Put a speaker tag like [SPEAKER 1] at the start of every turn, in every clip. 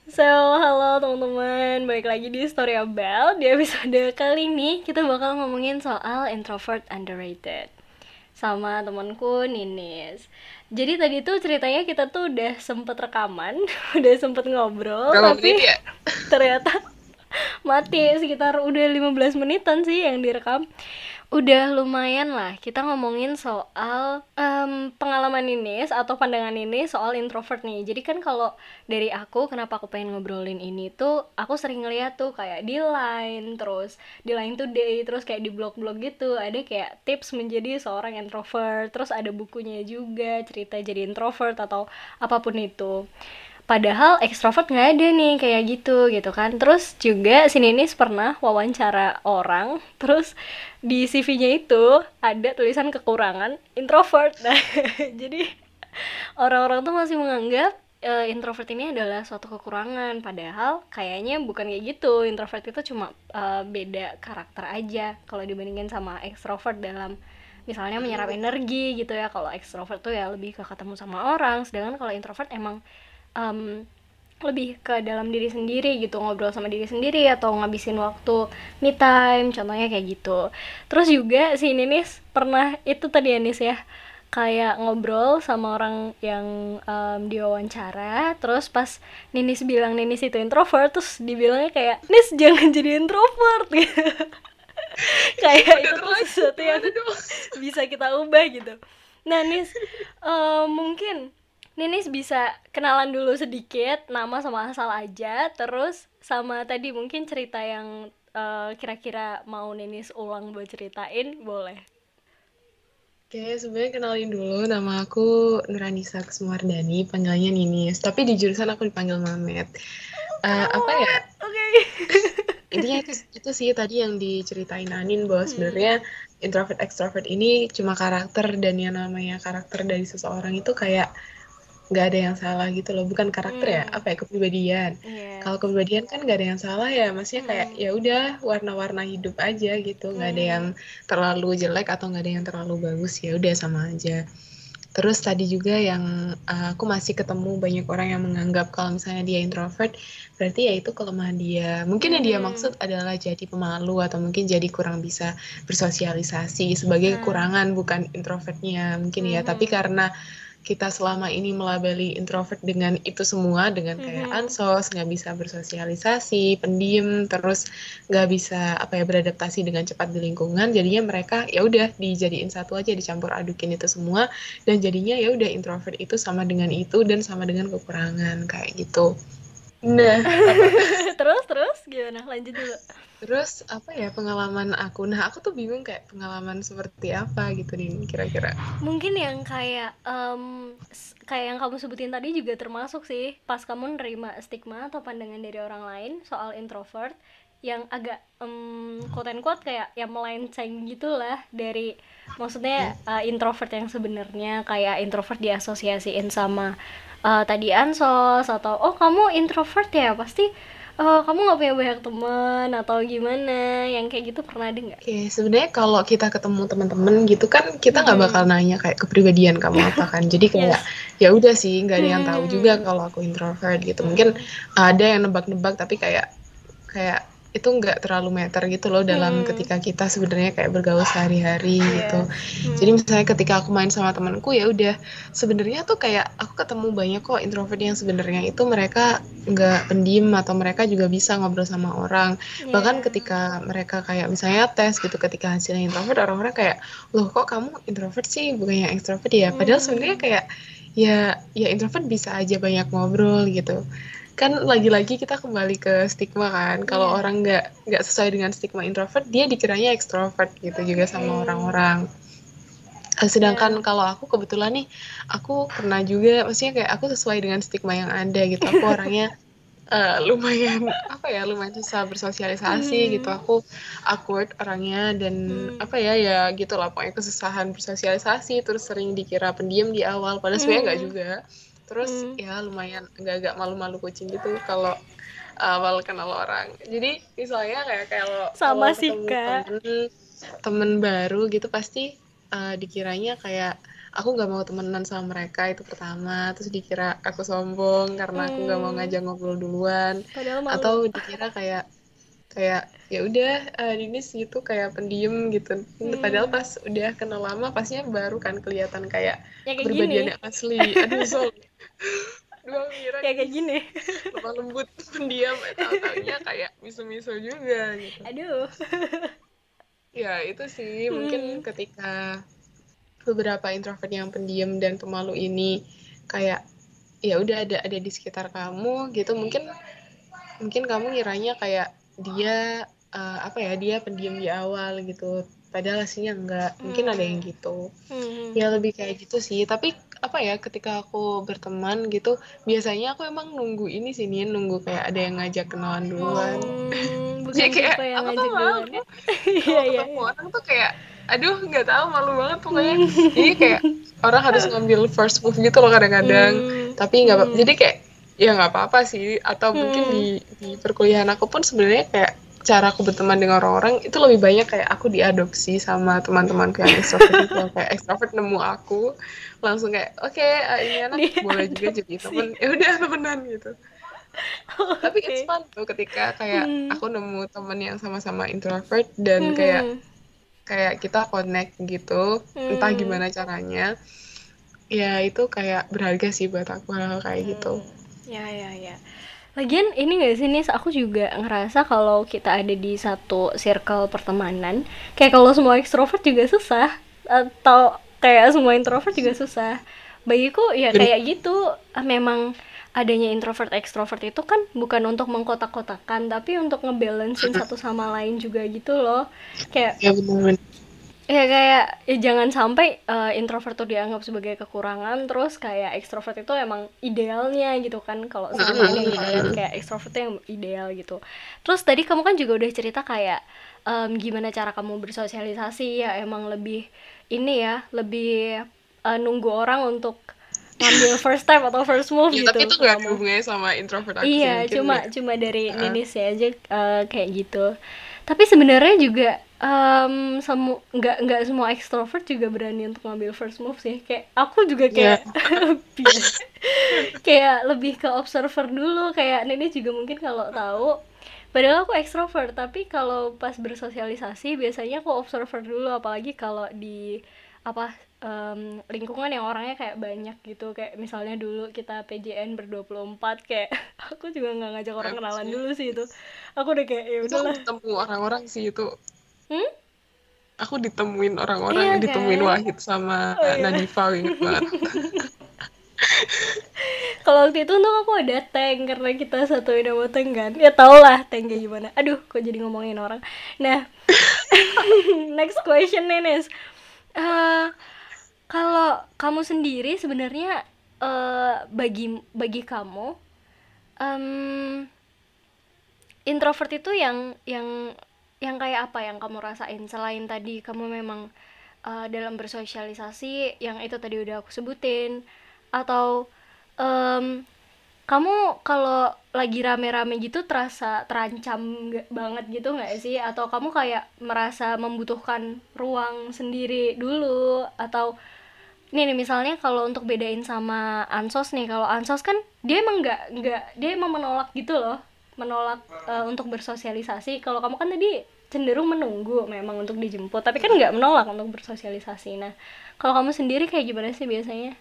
[SPEAKER 1] So, halo teman-teman, balik lagi di Story Abel. Di episode kali ini kita bakal ngomongin soal introvert underrated sama temanku Ninis. Jadi tadi tuh ceritanya kita tuh udah sempet rekaman, udah sempet ngobrol,
[SPEAKER 2] Berapa
[SPEAKER 1] tapi
[SPEAKER 2] menit ya?
[SPEAKER 1] ternyata mati sekitar udah 15 menitan sih yang direkam. Udah lumayan lah kita ngomongin soal pengalaman ini atau pandangan ini soal introvert nih. Jadi kan kalau dari aku, kenapa aku pengen ngobrolin ini tuh, aku sering ngeliat tuh kayak di Line, terus di Line Today, terus kayak di blog-blog gitu ada kayak tips menjadi seorang introvert, terus ada bukunya juga cerita jadi introvert atau apapun itu. Padahal ekstrovert nggak ada nih kayak gitu kan. Terus juga si Ninis pernah wawancara orang, terus di CV-nya itu ada tulisan kekurangan introvert. Nah, jadi orang-orang tuh masih menganggap introvert ini adalah suatu kekurangan. Padahal kayaknya bukan kayak gitu. Introvert itu cuma beda karakter aja kalau dibandingin sama ekstrovert dalam misalnya menyerap energi gitu ya. Kalau ekstrovert tuh ya lebih ke ketemu sama orang, sedangkan kalau introvert emang um, lebih ke dalam diri sendiri gitu, ngobrol sama diri sendiri atau ngabisin waktu me time, contohnya kayak gitu. Terus juga si Ninis pernah itu tadi ya Nis ya, kayak ngobrol sama orang yang diwawancara, terus pas Ninis bilang Ninis itu introvert, terus dibilangnya kayak Nis jangan jadi introvert gitu. Kayak
[SPEAKER 2] Udah
[SPEAKER 1] itu tuh
[SPEAKER 2] terlanjur
[SPEAKER 1] sesuatu yang
[SPEAKER 2] gimana dong?
[SPEAKER 1] bisa kita ubah gitu. Nah Nis, mungkin Ninis bisa kenalan dulu sedikit, nama sama asal aja, terus sama tadi mungkin cerita yang kira-kira mau Ninis ulang buat ceritain, boleh.
[SPEAKER 2] Oke, sebenarnya kenalin dulu, nama aku Nuranisa Kusumardani, panggilannya Ninis. Tapi di jurusan aku dipanggil Mamet. Apa ya?
[SPEAKER 1] Muhammad, oke.
[SPEAKER 2] Intinya itu sih tadi yang diceritain Anin bahwa
[SPEAKER 1] Hmm.
[SPEAKER 2] sebenarnya introvert extrovert ini cuma karakter dan yang namanya karakter dari seseorang itu kayak nggak ada yang salah gitu loh, bukan karakter ya,
[SPEAKER 1] Hmm.
[SPEAKER 2] apa ya, kepribadian.
[SPEAKER 1] Iya.
[SPEAKER 2] Kalau kepribadian kan nggak ada yang salah ya, maksudnya kayak
[SPEAKER 1] Hmm.
[SPEAKER 2] ya udah warna-warna hidup aja gitu, nggak ada yang
[SPEAKER 1] Hmm.
[SPEAKER 2] terlalu jelek atau nggak ada yang terlalu bagus, ya udah sama aja. Terus tadi juga yang aku masih ketemu banyak orang yang menganggap kalau misalnya dia introvert, berarti ya itu kelemahan dia. Mungkin yang dia
[SPEAKER 1] Mhm.
[SPEAKER 2] maksud adalah jadi pemalu atau mungkin jadi kurang bisa bersosialisasi sebagai
[SPEAKER 1] Nah.
[SPEAKER 2] kekurangan, bukan introvertnya mungkin ya. Tapi
[SPEAKER 1] Mhm.
[SPEAKER 2] karena kita selama ini melabeli introvert dengan itu semua, dengan kayak
[SPEAKER 1] Mhm.
[SPEAKER 2] ansos, nggak bisa bersosialisasi, pendiam, terus nggak bisa apa ya beradaptasi dengan cepat di lingkungan, jadinya mereka ya udah dijadiin satu aja, dicampur adukin itu semua, dan jadinya ya udah introvert itu sama dengan itu dan sama dengan kekurangan kayak gitu. Nah, apa?
[SPEAKER 1] Terus terus gimana? Lanjut dulu.
[SPEAKER 2] Terus apa ya pengalaman aku? Nah, aku tuh bingung kayak pengalaman seperti apa gitu nih kira-kira.
[SPEAKER 1] Mungkin yang kayak kayak yang kamu sebutin tadi juga termasuk sih, pas kamu nerima stigma atau pandangan dari orang lain soal introvert yang agak quote and quote kayak yang melenceng gitulah dari maksudnya introvert yang sebenarnya, kayak introvert diasosiasiin sama tadi ansos atau oh kamu introvert ya pasti kamu nggak punya banyak teman atau gimana, yang kayak gitu pernah ada nggak?
[SPEAKER 2] Oke, sebenarnya kalau kita ketemu teman-teman gitu kan kita nggak bakal
[SPEAKER 1] Mhm.
[SPEAKER 2] nanya kayak kepribadian kamu apa kan. Jadi kayak
[SPEAKER 1] Yes.
[SPEAKER 2] ya udah sih nggak ada yang tahu juga
[SPEAKER 1] Hmm.
[SPEAKER 2] kalau aku introvert gitu. Mungkin
[SPEAKER 1] Hmm.
[SPEAKER 2] ada yang nebak-nebak tapi kayak kayak itu nggak terlalu meter gitu loh dalam
[SPEAKER 1] Hmm.
[SPEAKER 2] ketika kita sebenarnya kayak bergaul sehari-hari gitu.
[SPEAKER 1] Iya.
[SPEAKER 2] Jadi
[SPEAKER 1] Hmm.
[SPEAKER 2] misalnya ketika aku main sama temanku ya udah sebenarnya tuh kayak aku ketemu banyak kok introvert yang sebenarnya itu mereka nggak pendiam atau mereka juga bisa ngobrol sama orang. Bahkan
[SPEAKER 1] Iya.
[SPEAKER 2] ketika mereka kayak misalnya tes gitu ketika hasilnya introvert orang-orang kayak loh kok kamu introvert sih bukannya extrovert ya. Padahal sebenarnya
[SPEAKER 1] Hmm.
[SPEAKER 2] kayak ya introvert bisa aja banyak ngobrol gitu kan lagi-lagi kita kembali ke stigma kan kalau
[SPEAKER 1] Iya.
[SPEAKER 2] orang nggak sesuai dengan stigma introvert dia dikiranya ekstrovert gitu juga sama
[SPEAKER 1] Hmm.
[SPEAKER 2] orang-orang. Sedangkan
[SPEAKER 1] Nah.
[SPEAKER 2] kalau aku kebetulan nih aku pernah juga maksudnya kayak aku sesuai dengan stigma yang ada gitu aku orangnya lumayan apa ya lumayan susah bersosialisasi gitu
[SPEAKER 1] Hmm.
[SPEAKER 2] aku awkward orangnya dan
[SPEAKER 1] Hmm.
[SPEAKER 2] apa ya gitu lah pokoknya kesusahan bersosialisasi terus sering dikira pendiam di awal padahal sebenarnya nggak
[SPEAKER 1] Hmm.
[SPEAKER 2] juga terus
[SPEAKER 1] Hmm.
[SPEAKER 2] ya lumayan agak-agak malu-malu kucing gitu kalau awal kenal orang jadi misalnya kayak kalau kalau
[SPEAKER 1] Sama sih
[SPEAKER 2] ketemu
[SPEAKER 1] kak.
[SPEAKER 2] temen temen baru gitu pasti dikiranya kayak aku nggak mau temenan sama mereka itu pertama, terus dikira aku sombong karena aku nggak mau ngajak ngobrol duluan,
[SPEAKER 1] Padahal malu.
[SPEAKER 2] atau dikira kayak kayak ya udah ini gitu kayak pendiam gitu. Padahal
[SPEAKER 1] Hmm.
[SPEAKER 2] pas udah kenal lama pasnya baru kan kelihatan kayak
[SPEAKER 1] Ya kayak gini.
[SPEAKER 2] kepribadiannya asli. Aduh so dua Mira
[SPEAKER 1] Ya
[SPEAKER 2] nih
[SPEAKER 1] kayak gini.
[SPEAKER 2] lemah lembut pendiam, tahu-taunya kayak miso-miso juga gitu.
[SPEAKER 1] Aduh.
[SPEAKER 2] Ya itu sih mungkin
[SPEAKER 1] Hmm.
[SPEAKER 2] ketika beberapa introvert yang pendiam dan pemalu ini kayak ya udah ada di sekitar kamu gitu, mungkin mungkin kamu ngiranya kayak dia apa ya, dia pendiam di awal gitu, padahal aslinya enggak, mungkin ada yang
[SPEAKER 1] Hmm.
[SPEAKER 2] gitu. Ya
[SPEAKER 1] Hmm.
[SPEAKER 2] lebih kayak gitu sih, tapi apa ya, ketika aku berteman gitu biasanya aku emang nunggu ini sih nih, nunggu kayak ada yang ngajak kenalan duluan. Jadi
[SPEAKER 1] Bukan
[SPEAKER 2] kayak
[SPEAKER 1] tipe yang
[SPEAKER 2] aku tuh
[SPEAKER 1] ngajak duluan.
[SPEAKER 2] malu
[SPEAKER 1] Iya
[SPEAKER 2] kalau
[SPEAKER 1] iya
[SPEAKER 2] ketemu
[SPEAKER 1] iya.
[SPEAKER 2] orang tuh kayak aduh nggak tahu, malu banget pokoknya. Jadi kayak
[SPEAKER 1] Hmm.
[SPEAKER 2] orang harus ngambil first move gitu loh kadang-kadang,
[SPEAKER 1] Hmm.
[SPEAKER 2] tapi nggak
[SPEAKER 1] Hmm.
[SPEAKER 2] jadi kayak ya nggak apa-apa sih. Atau mungkin
[SPEAKER 1] Hmm.
[SPEAKER 2] di perkuliahan aku pun sebenarnya kayak cara aku berteman dengan orang-orang itu lebih banyak kayak aku diadopsi sama teman-temanku yang ekstrovert itu, kayak ekstrovert nemu aku langsung kayak oke, ini anak boleh juga jadi
[SPEAKER 1] Diadopsi.
[SPEAKER 2] temen, ya udah temenan gitu. Tapi it's
[SPEAKER 1] Oke.
[SPEAKER 2] fun tuh ketika kayak
[SPEAKER 1] Hmm.
[SPEAKER 2] aku nemu temen yang sama-sama introvert dan kayak
[SPEAKER 1] Hmm.
[SPEAKER 2] kayak kita connect gitu, entah
[SPEAKER 1] Hmm.
[SPEAKER 2] gimana caranya. Ya itu kayak berharga sih buat aku hal-hal kayak gitu.
[SPEAKER 1] Hmm. Ya ya ya. Lagian ini gak sih Nis, aku juga ngerasa kalau kita ada di satu circle pertemanan, kayak kalau semua ekstrovert juga susah, atau kayak semua introvert juga susah. Bagiku ya
[SPEAKER 2] Bener,
[SPEAKER 1] kayak gitu, memang adanya introvert ekstrovert itu kan bukan untuk mengkotak-kotakan, tapi untuk ngebalancein satu sama lain juga gitu loh. Kayak
[SPEAKER 2] ya bener-bener.
[SPEAKER 1] ya kayak ya jangan sampai introvert tuh dianggap sebagai kekurangan, terus kayak ekstrovert itu emang idealnya gitu kan, kalau selama ini yang kita lihat kayak ekstrovert tuh yang ideal gitu. Terus tadi kamu kan juga udah cerita kayak gimana cara kamu bersosialisasi, ya emang lebih ini ya, lebih nunggu orang untuk ngambil first step atau first move
[SPEAKER 2] Ya tapi
[SPEAKER 1] gitu
[SPEAKER 2] itu
[SPEAKER 1] ke
[SPEAKER 2] nggak ada
[SPEAKER 1] kamu.
[SPEAKER 2] hubungannya sama introvert aku sih,
[SPEAKER 1] Iya,
[SPEAKER 2] mungkin ya.
[SPEAKER 1] cuma dari
[SPEAKER 2] Heeh.
[SPEAKER 1] Ninis ya aja kayak gitu. Tapi sebenarnya juga nggak semua ekstrovert juga berani untuk ngambil first move sih. Kayak aku juga
[SPEAKER 2] Ya,
[SPEAKER 1] kayak bias. Kayak lebih ke observer dulu. Kayak Ninis juga mungkin kalau tahu. Padahal aku ekstrovert, tapi kalau pas bersosialisasi biasanya aku observer dulu, apalagi kalau di apa lingkungan yang orangnya kayak banyak gitu, kayak misalnya dulu kita PJN ber-24, kayak aku juga nggak ngajak orang
[SPEAKER 2] aku
[SPEAKER 1] kenalan
[SPEAKER 2] sih.
[SPEAKER 1] dulu sih itu. Aku udah kayak ya
[SPEAKER 2] Itu aku
[SPEAKER 1] udahlah.
[SPEAKER 2] ketemu orang-orang sih itu.
[SPEAKER 1] Hmm?
[SPEAKER 2] Aku ditemuin orang-orang,
[SPEAKER 1] Iya
[SPEAKER 2] ditemuin
[SPEAKER 1] kan?
[SPEAKER 2] Wahid sama
[SPEAKER 1] Oh iya.
[SPEAKER 2] Nadifa, inget banget.
[SPEAKER 1] Kalau waktu itu untung aku ada tank karena kita satuin nama tank kan. Ya tau lah tank kayak gimana. Aduh, kok jadi ngomongin orang. Nah, next question nih Nes. Eh, Kalau kamu sendiri sebenarnya bagi bagi kamu em, introvert itu yang kayak apa yang kamu rasain, selain tadi kamu memang dalam bersosialisasi yang itu tadi udah aku sebutin, atau em, kamu kalau lagi rame-rame gitu terasa terancam banget gitu nggak sih, atau kamu kayak merasa membutuhkan ruang sendiri dulu, atau nih misalnya kalau untuk bedain sama ansos nih, kalau ansos kan dia emang nggak dia emang menolak gitu loh, menolak untuk bersosialisasi. Kalau kamu kan tadi cenderung menunggu memang untuk dijemput, tapi kan nggak menolak untuk bersosialisasi. Nah, kalau kamu sendiri kayak gimana sih biasanya?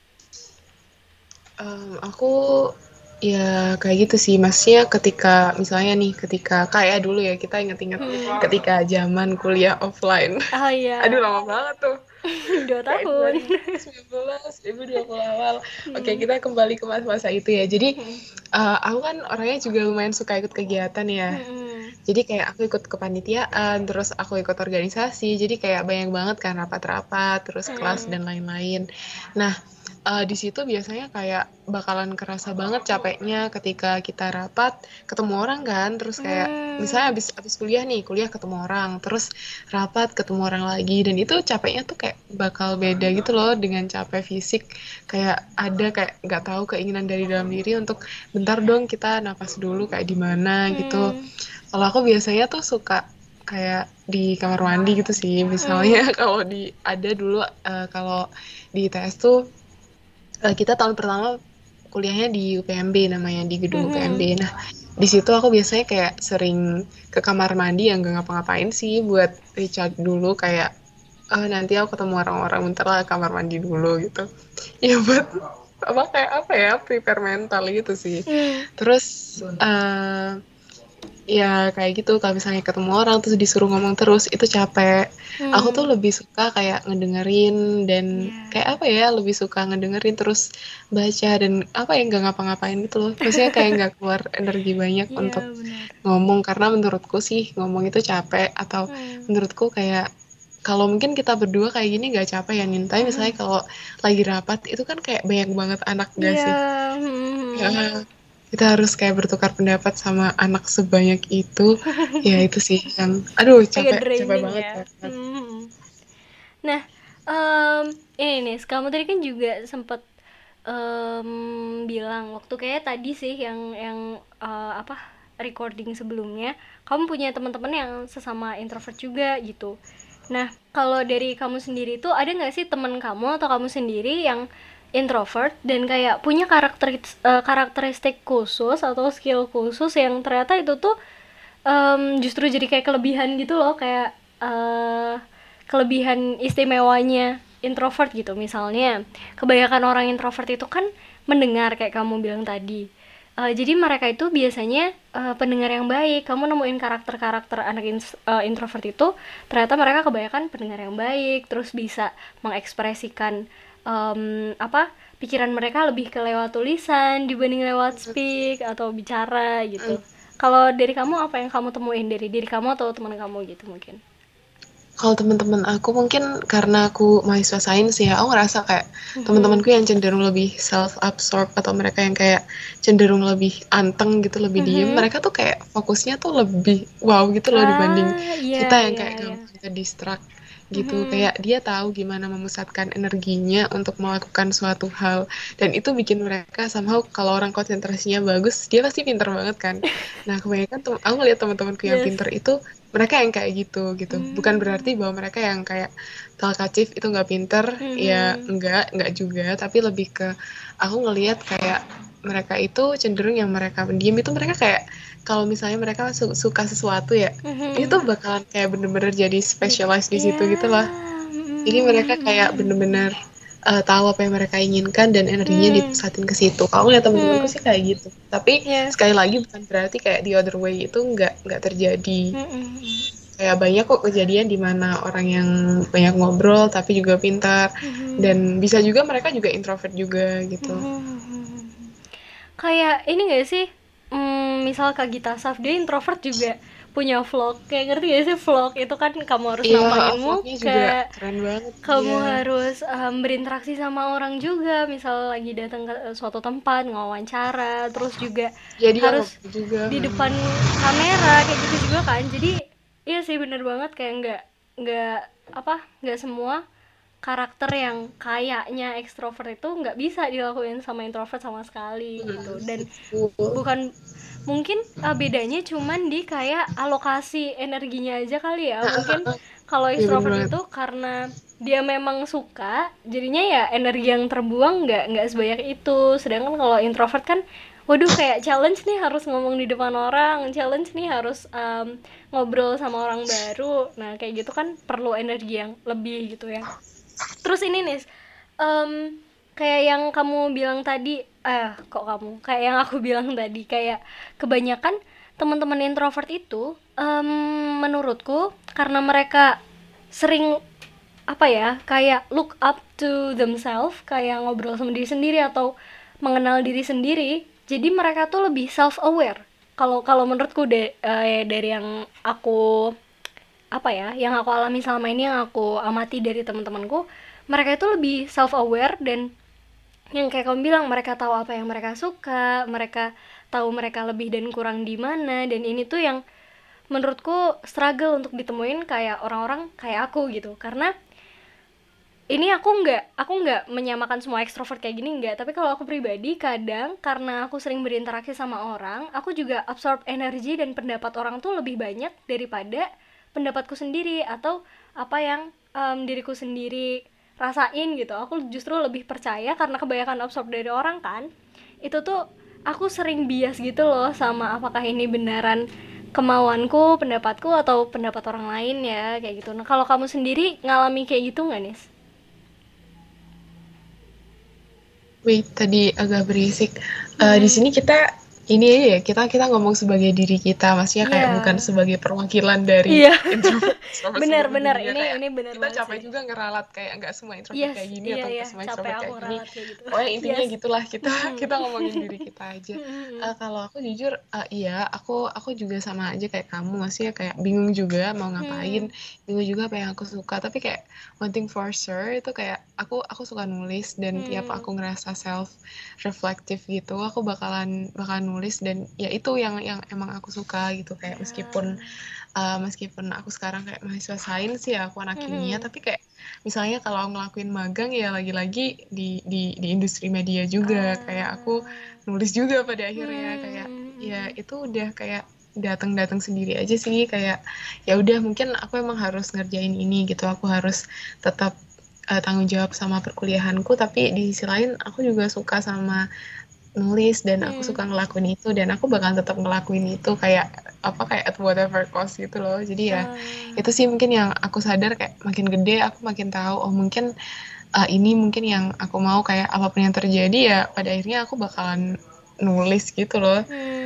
[SPEAKER 2] Aku ya kayak gitu sih, maksudnya ketika misalnya nih, ketika kayak dulu ya, kita inget-inget ketika zaman kuliah offline.
[SPEAKER 1] Ah
[SPEAKER 2] Aduh
[SPEAKER 1] iya.
[SPEAKER 2] lama banget tuh,
[SPEAKER 1] 2
[SPEAKER 2] kayak
[SPEAKER 1] tahun.
[SPEAKER 2] 2019, 2020 awal. Oke, kita kembali ke masa-masa itu ya. Jadi aku kan orangnya juga lumayan suka ikut kegiatan ya. Jadi kayak aku ikut kepanitiaan, terus aku ikut organisasi, jadi kayak banyak banget kan rapat-rapat, terus kelas dan lain-lain. Nah, di situ biasanya kayak bakalan kerasa banget capeknya ketika kita rapat, ketemu orang kan, terus kayak misalnya abis kuliah nih, kuliah ketemu orang, terus rapat ketemu orang lagi, dan itu capeknya tuh kayak bakal beda gitu loh dengan capek fisik. Kayak ada kayak nggak tahu keinginan dari dalam diri untuk bentar dong kita napas dulu kayak di mana gitu. Kalau aku biasanya tuh suka kayak di kamar mandi gitu sih.
[SPEAKER 1] Hmm.
[SPEAKER 2] Misalnya kalau ada dulu kalau di ITS tuh kita tahun pertama kuliahnya di UPMB namanya, di gedung UPMB.
[SPEAKER 1] Mhm.
[SPEAKER 2] Nah, di situ aku biasanya kayak sering ke kamar mandi yang gak ngapa-ngapain sih buat recharge dulu kayak nanti aku ketemu orang-orang bentar lah kamar mandi dulu gitu. Ya buat apa kayak apa ya prepare mental gitu sih.
[SPEAKER 1] Hmm.
[SPEAKER 2] Terus ya kayak gitu kalau misalnya ketemu orang terus disuruh ngomong terus itu capek. Aku tuh
[SPEAKER 1] Hmm.
[SPEAKER 2] lebih suka kayak ngedengerin dan kayak
[SPEAKER 1] Iya.
[SPEAKER 2] apa ya lebih suka ngedengerin terus baca dan apa ya nggak ngapa-ngapain gitu loh. Maksudnya kayak nggak keluar energi banyak untuk
[SPEAKER 1] Iya, benar.
[SPEAKER 2] ngomong karena menurutku sih ngomong itu capek atau
[SPEAKER 1] Hmm.
[SPEAKER 2] menurutku kayak kalau mungkin kita berdua kayak gini nggak capek ya Nintai misalnya
[SPEAKER 1] Mhm.
[SPEAKER 2] kalau lagi rapat itu kan kayak banyak banget anak gak
[SPEAKER 1] Iya,
[SPEAKER 2] sih? Ya,
[SPEAKER 1] mhm.
[SPEAKER 2] kita harus kayak bertukar pendapat sama anak sebanyak itu. Ya itu sih yang, aduh
[SPEAKER 1] Agak
[SPEAKER 2] capek, capek
[SPEAKER 1] draining
[SPEAKER 2] banget.
[SPEAKER 1] ya.
[SPEAKER 2] Capek banget.
[SPEAKER 1] Mhm. Nah, ini nih, kamu tadi kan juga sempet bilang waktu kayak tadi sih yang apa recording sebelumnya, kamu punya teman-teman yang sesama introvert juga gitu. Nah, kalau dari kamu sendiri tuh ada nggak sih teman kamu atau kamu sendiri yang introvert dan kayak punya karakteristik khusus atau skill khusus yang ternyata itu tuh justru jadi kayak kelebihan gitu loh, kayak kelebihan istimewanya introvert gitu. Misalnya kebanyakan orang introvert itu kan mendengar kayak kamu bilang tadi. Jadi mereka itu biasanya pendengar yang baik. Kamu nemuin karakter-karakter anak introvert itu ternyata mereka kebanyakan pendengar yang baik, terus bisa mengekspresikan apa pikiran mereka lebih ke lewat tulisan dibanding lewat speak atau bicara gitu. Kalau dari kamu apa yang kamu temuin dari diri kamu atau teman kamu gitu mungkin?
[SPEAKER 2] Kalau teman-teman aku mungkin karena aku mahasiswa sains ya, aku ngerasa kayak
[SPEAKER 1] Mhm.
[SPEAKER 2] teman-temanku yang cenderung lebih self-absorb atau mereka yang kayak cenderung lebih anteng gitu, lebih diem,
[SPEAKER 1] Mhm.
[SPEAKER 2] mereka tuh kayak fokusnya tuh lebih wow gitu loh dibanding
[SPEAKER 1] Ah, iya
[SPEAKER 2] kita yang
[SPEAKER 1] iya
[SPEAKER 2] kayak
[SPEAKER 1] iya.
[SPEAKER 2] gampang ke distract gitu.
[SPEAKER 1] Mhm.
[SPEAKER 2] Kayak dia tahu gimana memusatkan energinya untuk melakukan suatu hal dan itu bikin mereka somehow kalau orang konsentrasinya bagus, dia pasti pinter banget kan. Nah, kebanyakan tuh aku ngeliat teman-temanku yang
[SPEAKER 1] Yes.
[SPEAKER 2] pinter itu mereka yang kayak gitu bukan berarti
[SPEAKER 1] Hmm.
[SPEAKER 2] bahwa mereka yang kayak talkatif itu nggak pinter ya
[SPEAKER 1] Mhm.
[SPEAKER 2] nggak juga tapi lebih ke aku ngelihat kayak mereka itu cenderung yang mereka pendiam itu mereka kayak kalau misalnya mereka suka sesuatu ya itu
[SPEAKER 1] Mhm.
[SPEAKER 2] bakalan kayak bener-bener jadi specialized di
[SPEAKER 1] Iya.
[SPEAKER 2] situ gitu lah jadi mereka kayak bener-bener tahu apa yang mereka inginkan dan energinya
[SPEAKER 1] Hmm.
[SPEAKER 2] dipusatin ke situ. Kalau ngeliat teman-temanku
[SPEAKER 1] Hmm.
[SPEAKER 2] sih kayak gitu. Tapi
[SPEAKER 1] Ya.
[SPEAKER 2] sekali lagi bukan berarti kayak the other way itu nggak terjadi.
[SPEAKER 1] Mhm.
[SPEAKER 2] Kayak banyak kok kejadian di mana orang yang banyak ngobrol tapi juga pintar dan
[SPEAKER 1] Mhm.
[SPEAKER 2] bisa juga mereka juga introvert juga gitu.
[SPEAKER 1] Mhm. Kayak ini gak sih, misal Kak Gita Saf, dia introvert juga punya vlog, kayak ngerti gak sih vlog itu kan kamu harus
[SPEAKER 2] Iya,
[SPEAKER 1] nampangin
[SPEAKER 2] vlognya juga
[SPEAKER 1] muka,
[SPEAKER 2] keren banget
[SPEAKER 1] kamu
[SPEAKER 2] dia.
[SPEAKER 1] harus berinteraksi sama orang juga, misal lagi datang ke suatu tempat ngawawancara, terus juga
[SPEAKER 2] Jadi dia
[SPEAKER 1] harus
[SPEAKER 2] ngobrol juga.
[SPEAKER 1] di depan kamera kayak gitu juga kan. Jadi iya sih bener banget, kayak nggak nggak semua karakter yang kayaknya ekstrovert itu nggak bisa dilakuin sama introvert sama sekali gitu. Dan
[SPEAKER 2] Betul.
[SPEAKER 1] bukan mungkin bedanya cuman di kayak alokasi energinya aja kali ya. Mungkin kalau
[SPEAKER 2] Iya bener
[SPEAKER 1] extrovert
[SPEAKER 2] banget.
[SPEAKER 1] itu karena dia memang suka, jadinya ya energi yang terbuang nggak sebanyak itu. Sedangkan kalau introvert kan waduh kayak challenge nih harus ngomong di depan orang, challenge nih harus ngobrol sama orang baru. Nah kayak gitu kan perlu energi yang lebih gitu ya. Terus ini nih, kayak yang kamu bilang tadi, kok kamu, kayak yang aku bilang tadi, kayak kebanyakan teman-teman introvert itu, menurutku karena mereka sering apa ya, kayak look up to themselves, kayak ngobrol sama diri sendiri atau mengenal diri sendiri, jadi mereka tuh lebih self aware. Kalau kalau menurutku dari yang aku apa ya yang aku alami selama ini, yang aku amati dari teman-temanku, mereka itu lebih self aware dan yang kayak kamu bilang mereka tahu apa yang mereka suka, mereka tahu mereka lebih dan kurang di mana. Dan ini tuh yang menurutku struggle untuk ditemuin kayak orang-orang kayak aku gitu. Karena ini aku nggak menyamakan semua ekstrovert kayak gini, nggak, tapi kalau aku pribadi kadang karena aku sering berinteraksi sama orang, aku juga absorb energi dan pendapat orang tuh lebih banyak daripada pendapatku sendiri atau apa yang diriku sendiri rasain gitu. Aku justru lebih percaya karena kebanyakan absorb dari orang kan. Itu tuh aku sering bias gitu loh sama apakah ini beneran kemauanku, pendapatku atau pendapat orang lain ya kayak gitu. Nah, kalau kamu sendiri ngalami kayak gitu nggak, Nis?
[SPEAKER 2] Wait, tadi agak berisik. Di
[SPEAKER 1] Hmm,
[SPEAKER 2] sini kita ini aja ya, kita ngomong sebagai diri kita, maksudnya kayak bukan
[SPEAKER 1] iya,
[SPEAKER 2] sebagai perwakilan dari
[SPEAKER 1] iya,
[SPEAKER 2] introvert sama seluruh
[SPEAKER 1] benar-benar
[SPEAKER 2] dunia. Kayak
[SPEAKER 1] ini benar
[SPEAKER 2] kita
[SPEAKER 1] banget
[SPEAKER 2] capek
[SPEAKER 1] sih.
[SPEAKER 2] juga ngeralat kayak nggak semua introvert
[SPEAKER 1] Yes,
[SPEAKER 2] kayak gini
[SPEAKER 1] iya
[SPEAKER 2] atau nggak
[SPEAKER 1] ya,
[SPEAKER 2] semua
[SPEAKER 1] capek
[SPEAKER 2] extrovert
[SPEAKER 1] aku
[SPEAKER 2] kayak gini.
[SPEAKER 1] ngeralat kayak gitu.
[SPEAKER 2] Pokoknya intinya
[SPEAKER 1] Yes.
[SPEAKER 2] gitulah, kita
[SPEAKER 1] Mm-mm.
[SPEAKER 2] kita ngomongin diri kita aja.
[SPEAKER 1] Mm-mm.
[SPEAKER 2] Kalau aku jujur, iya, aku juga sama aja kayak kamu, maksudnya kayak bingung juga mau ngapain,
[SPEAKER 1] Hmm.
[SPEAKER 2] bingung juga apa yang aku suka. Tapi kayak one thing for sure itu kayak aku suka nulis, dan tiap
[SPEAKER 1] Hmm.
[SPEAKER 2] aku ngerasa self reflektif gitu, aku bakalan nulis, dan ya itu yang emang aku suka gitu. Kayak
[SPEAKER 1] Ah.
[SPEAKER 2] meskipun aku sekarang kayak mahasiswa sains ya, aku anak kimia,
[SPEAKER 1] Mhm.
[SPEAKER 2] tapi kayak misalnya kalau ngelakuin magang ya lagi-lagi di industri media juga, kayak aku
[SPEAKER 1] Ah.
[SPEAKER 2] nulis juga pada akhirnya. Kayak ya
[SPEAKER 1] Hmm.
[SPEAKER 2] itu udah kayak datang-datang sendiri aja sih. Kayak ya udah, mungkin aku emang harus ngerjain ini gitu, aku harus tetap tanggung jawab sama perkuliahanku, tapi di sisi lain aku juga suka sama nulis, dan aku
[SPEAKER 1] Hmm.
[SPEAKER 2] suka ngelakuin itu, dan aku bakal tetap ngelakuin itu kayak apa, kayak at whatever cost gitu loh. Jadi ya
[SPEAKER 1] Ah.
[SPEAKER 2] itu sih mungkin yang aku sadar, kayak makin gede aku makin tahu, oh mungkin ini mungkin yang aku mau, kayak apapun yang terjadi ya pada akhirnya aku bakalan nulis gitu loh.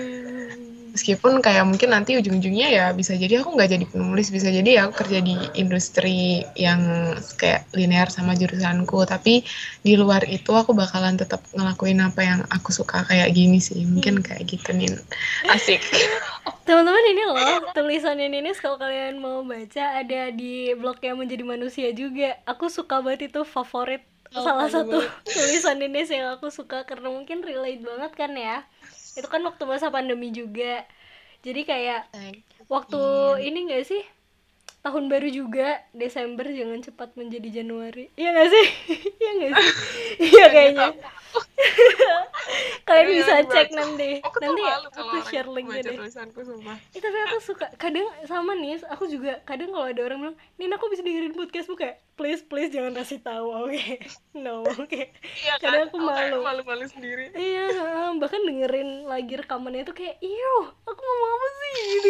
[SPEAKER 1] Hmm.
[SPEAKER 2] Meskipun kayak mungkin nanti ujung-ujungnya ya bisa jadi aku nggak jadi penulis, bisa jadi ya aku kerja di industri yang kayak linear sama jurusanku, tapi di luar itu aku bakalan tetap ngelakuin apa yang aku suka kayak gini sih, mungkin
[SPEAKER 1] Hmm.
[SPEAKER 2] kayak gitu nih. Asik.
[SPEAKER 1] Teman-teman ini loh tulisan ini kalau kalian mau baca ada di blog yang menjadi manusia juga. Aku suka banget, itu favorit,
[SPEAKER 2] Oh,
[SPEAKER 1] salah
[SPEAKER 2] malu
[SPEAKER 1] satu
[SPEAKER 2] banget.
[SPEAKER 1] tulisan ini yang aku suka karena mungkin relate banget kan ya. Itu kan waktu masa pandemi juga. Jadi kayak waktu
[SPEAKER 2] Amin.
[SPEAKER 1] ini gak sih, tahun baru juga Desember jangan cepat menjadi Januari, iya gak sih? Iya gak sih? Iya
[SPEAKER 2] Yang itu
[SPEAKER 1] kayaknya.
[SPEAKER 2] aku,
[SPEAKER 1] Kalian
[SPEAKER 2] aduh
[SPEAKER 1] bisa
[SPEAKER 2] jangan
[SPEAKER 1] cek
[SPEAKER 2] dibaca.
[SPEAKER 1] nanti
[SPEAKER 2] Aku tuh
[SPEAKER 1] nanti
[SPEAKER 2] malu kalau
[SPEAKER 1] aku
[SPEAKER 2] orang
[SPEAKER 1] share linknya
[SPEAKER 2] baca
[SPEAKER 1] deh.
[SPEAKER 2] tulisanku, sumpah.
[SPEAKER 1] Tapi aku suka kadang sama nih, aku juga kadang kalau ada orang bilang Nina aku bisa dengerin podcastmu, kayak please please jangan kasih tahu, oke okay? No, oke okay.
[SPEAKER 2] Iya kan,
[SPEAKER 1] Kadang aku
[SPEAKER 2] aku kayak
[SPEAKER 1] malu.
[SPEAKER 2] malu-malu sendiri.
[SPEAKER 1] Iya, bahkan dengerin lagi rekamannya itu kayak iyo aku ngomong apa sih gitu.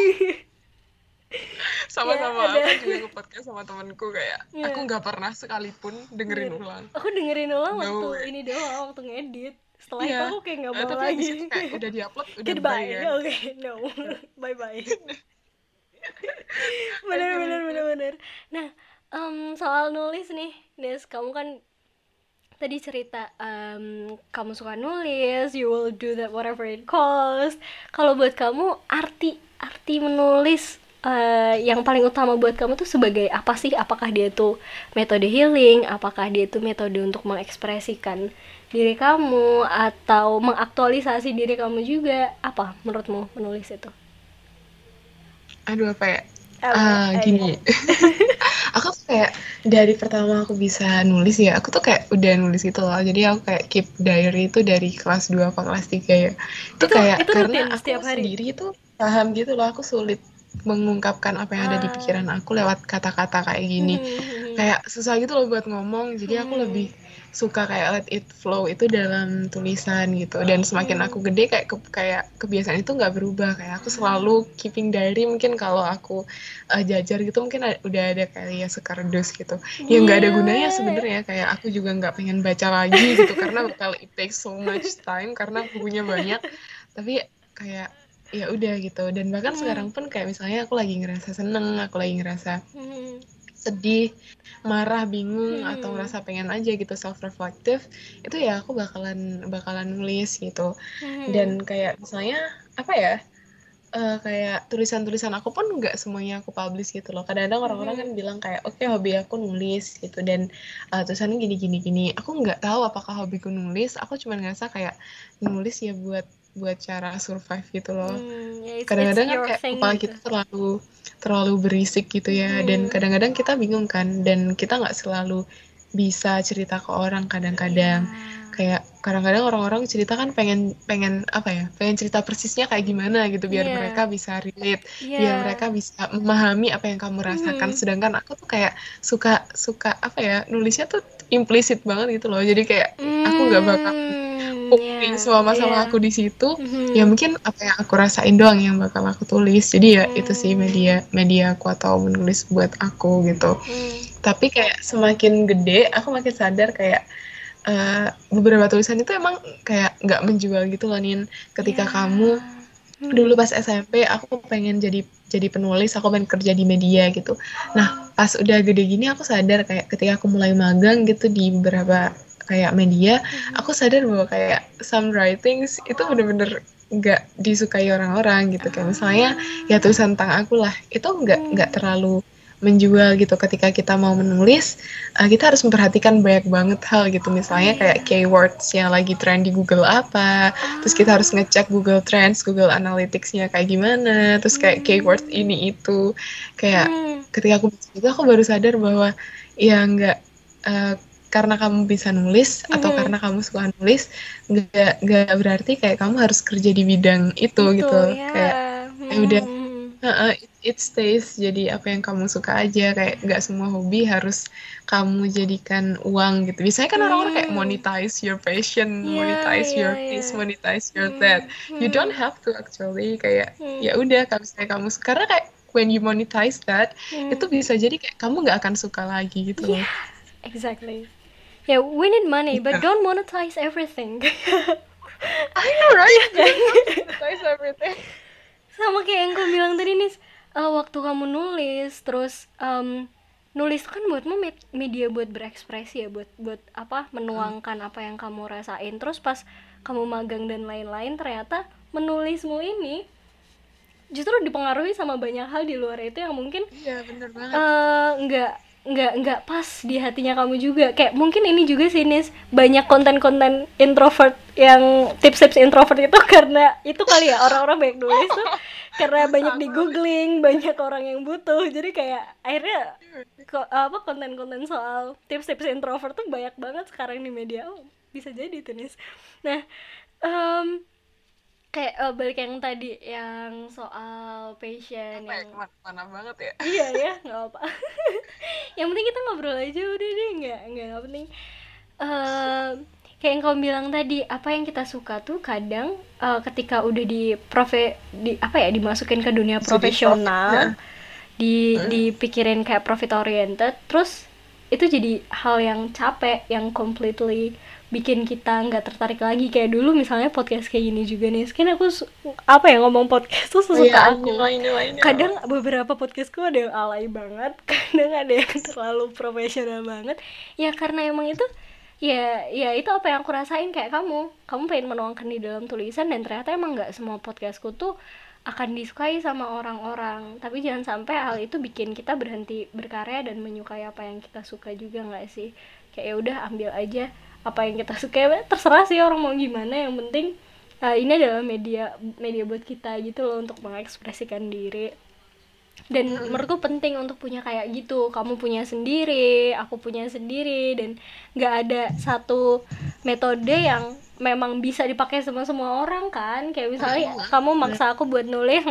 [SPEAKER 1] Ya
[SPEAKER 2] Sama-sama, aku
[SPEAKER 1] ada.
[SPEAKER 2] kan juga nge-podcast sama temenku, kayak aku
[SPEAKER 1] Ya,
[SPEAKER 2] nggak pernah sekalipun dengerin
[SPEAKER 1] denger.
[SPEAKER 2] ulang.
[SPEAKER 1] Aku dengerin ulang
[SPEAKER 2] No
[SPEAKER 1] waktu
[SPEAKER 2] way.
[SPEAKER 1] ini doang, waktu ngedit. Setelah itu
[SPEAKER 2] Iya.
[SPEAKER 1] aku kayak nggak mau
[SPEAKER 2] Tapi abis itu
[SPEAKER 1] lagi.
[SPEAKER 2] kayak udah diupload, udah bye
[SPEAKER 1] Goodbye,
[SPEAKER 2] kan.
[SPEAKER 1] oke,
[SPEAKER 2] Kayak,
[SPEAKER 1] okay, no,
[SPEAKER 2] udah.
[SPEAKER 1] bye bye. Bener bener
[SPEAKER 2] Aduh.
[SPEAKER 1] bener bener. Nah, soal nulis nih, Des, kamu kan tadi cerita kamu suka nulis, you will do that whatever it costs. Kalau buat kamu arti arti menulis yang paling utama buat kamu tuh sebagai apa sih? Apakah dia tuh metode healing? Apakah dia tuh metode untuk mengekspresikan diri kamu atau mengaktualisasi diri kamu juga? Apa menurutmu menulis itu?
[SPEAKER 2] Aduh, apa ya?
[SPEAKER 1] Iya.
[SPEAKER 2] Gini. Aku tuh kayak dari pertama aku bisa nulis ya, aku tuh kayak udah nulis gitu loh. Jadi aku kayak keep diary itu dari kelas 2 apa kelas 3 ya. Itu kayak
[SPEAKER 1] Itu
[SPEAKER 2] karena
[SPEAKER 1] rutin
[SPEAKER 2] aku
[SPEAKER 1] setiap hari.
[SPEAKER 2] sendiri itu paham gitu loh, aku sulit mengungkapkan apa yang ada di
[SPEAKER 1] Ah.
[SPEAKER 2] pikiran aku lewat kata-kata kayak gini. Kayak susah gitu loh buat ngomong, jadi aku lebih suka kayak let it flow itu dalam tulisan gitu. Dan semakin aku gede kayak kebiasaan itu nggak berubah, kayak aku selalu keeping diary. Mungkin kalau aku jajar gitu mungkin udah ada kayak ya sekardus gitu, ya nggak ada gunanya
[SPEAKER 1] Gila.
[SPEAKER 2] sebenarnya. Kayak aku juga nggak pengen baca lagi gitu karena bakal it takes so much time karena bukunya banyak. Tapi kayak ya udah gitu. Dan bahkan
[SPEAKER 1] Hmm.
[SPEAKER 2] sekarang pun kayak misalnya aku lagi ngerasa seneng, aku lagi ngerasa
[SPEAKER 1] Hmm.
[SPEAKER 2] sedih, marah, bingung, atau
[SPEAKER 1] Hmm.
[SPEAKER 2] ngerasa pengen aja gitu self reflective, itu ya aku bakalan bakalan nulis gitu.
[SPEAKER 1] Hmm.
[SPEAKER 2] Dan kayak misalnya apa ya, kayak tulisan-tulisan aku pun nggak semuanya aku publish gitu loh. Kadang-kadang orang-orang kan
[SPEAKER 1] Hmm.
[SPEAKER 2] bilang kayak oke, hobi aku nulis gitu, dan tulisannya gini gini gini. Aku nggak tahu apakah hobiku nulis, aku cuma ngerasa kayak nulis ya buat buat cara survive gitu loh.
[SPEAKER 1] Hmm. Ya, it's
[SPEAKER 2] Kadang-kadang kan
[SPEAKER 1] your
[SPEAKER 2] kayak
[SPEAKER 1] thing
[SPEAKER 2] kepala
[SPEAKER 1] gitu.
[SPEAKER 2] kita terlalu terlalu berisik gitu ya, dan
[SPEAKER 1] Hmm.
[SPEAKER 2] kadang-kadang kita bingung kan, dan kita nggak selalu bisa cerita ke orang kadang-kadang. Kayak kadang-kadang orang-orang cerita kan pengen pengen apa ya, pengen cerita persisnya kayak gimana gitu biar
[SPEAKER 1] Iya.
[SPEAKER 2] mereka bisa relate, biar
[SPEAKER 1] Iya.
[SPEAKER 2] mereka bisa memahami apa yang kamu rasakan. Sedangkan aku tuh kayak suka suka apa ya, nulisnya tuh implisit banget gitu loh. Jadi kayak aku nggak bakal pouring
[SPEAKER 1] Ya,
[SPEAKER 2] semua masalah
[SPEAKER 1] ya.
[SPEAKER 2] aku di situ. Ya mungkin apa yang aku rasain doang yang bakal aku tulis. Jadi ya itu sih media aku atau menulis buat aku gitu. Tapi kayak semakin gede aku makin sadar kayak beberapa tulisan itu emang kayak nggak menjual gitu loh, Nin. Ketika
[SPEAKER 1] Ya.
[SPEAKER 2] kamu dulu pas SMP aku pengen jadi penulis, aku pengen kerja di media gitu. Nah pas udah gede gini aku sadar kayak ketika aku mulai magang gitu di beberapa kayak media, aku sadar bahwa kayak some writings itu bener-bener nggak disukai orang-orang gitu. Kayak misalnya ya tulisan tentang aku lah, itu nggak terlalu menjual gitu. Ketika kita mau menulis, kita harus memperhatikan banyak banget hal gitu. Misalnya kayak keywords yang lagi tren di Google apa, terus kita harus ngecek Google Trends, Google Analytics-nya kayak gimana, terus kayak keyword ini itu. Kayak ketika aku baca itu aku baru sadar bahwa ya nggak karena kamu bisa nulis atau karena kamu suka nulis nggak berarti kayak kamu harus kerja di bidang itu
[SPEAKER 1] Itu
[SPEAKER 2] gitu.
[SPEAKER 1] ya.
[SPEAKER 2] Kayak udah it stays jadi apa yang kamu suka aja, kayak nggak semua hobi harus kamu jadikan uang gitu. Biasanya kan orang-orang kayak monetize your passion,
[SPEAKER 1] Ya,
[SPEAKER 2] monetize
[SPEAKER 1] ya,
[SPEAKER 2] your
[SPEAKER 1] ya.
[SPEAKER 2] this, monetize your that. You don't have to actually, kayak ya udah kalau misalnya kamu, karena kayak when you monetize that itu bisa jadi kayak kamu nggak akan suka lagi gitu loh.
[SPEAKER 1] Exactly. Yeah, we need money, but don't monetize everything.
[SPEAKER 2] I know right,
[SPEAKER 1] Iya
[SPEAKER 2] you
[SPEAKER 1] kan?
[SPEAKER 2] don't have to monetize everything.
[SPEAKER 1] Sama kayak yang kau bilang tadi nih, waktu kamu nulis, terus nulis kan buatmu media buat berekspresi ya, buat buat apa, menuangkan apa yang kamu rasain. Terus pas kamu magang dan lain-lain, ternyata menulismu ini justru dipengaruhi sama banyak hal di luar itu yang mungkin
[SPEAKER 2] Iya bener banget.
[SPEAKER 1] nggak pas di hatinya kamu juga. Kayak mungkin ini juga sih Nis, banyak konten-konten introvert yang tips-tips introvert itu karena itu kali ya, orang-orang banyak nulis tuh karena banyak di googling, banyak orang yang butuh, jadi kayak akhirnya konten-konten soal tips-tips introvert tuh banyak banget sekarang di media. Bisa jadi tuh Nis. Nah, em, kayak balik yang tadi yang soal passion
[SPEAKER 2] Apa ya,
[SPEAKER 1] yang
[SPEAKER 2] kemana-mana banget ya.
[SPEAKER 1] iya ya, nggak apa. Yang penting kita ngobrol aja udah deh, nggak penting. Kayak yang kamu bilang tadi, apa yang kita suka tuh kadang ketika udah di apa ya, dimasukin ke dunia
[SPEAKER 2] Jadi profit ya.
[SPEAKER 1] profesional, dipikirin kayak profit oriented, terus itu jadi hal yang capek, yang completely bikin kita nggak tertarik lagi. Kayak dulu misalnya podcast kayak gini juga nih, kan aku apa ya, ngomong podcast tuh
[SPEAKER 2] Oh ya,
[SPEAKER 1] sesuka
[SPEAKER 2] I know,
[SPEAKER 1] aku.
[SPEAKER 2] I know, I know.
[SPEAKER 1] Kadang beberapa podcastku ada yang alay banget, kadang ada yang terlalu profesional banget. Ya karena emang itu, ya itu apa yang aku rasain. Kayak kamu pengen menuangkan di dalam tulisan, dan ternyata emang nggak semua podcastku tuh akan disukai sama orang-orang. Tapi jangan sampai hal itu bikin kita berhenti berkarya dan menyukai apa yang kita suka juga, nggak sih? Kayak ya udah, ambil aja apa yang kita suka, terserah sih orang mau gimana, yang penting ini adalah media media buat kita gitu loh, untuk mengekspresikan diri. Dan menurutku penting untuk punya kayak gitu, kamu punya sendiri, aku punya sendiri, dan nggak ada satu metode yang memang bisa dipakai sama semua orang kan. Kayak misalnya kamu maksa aku buat nulis,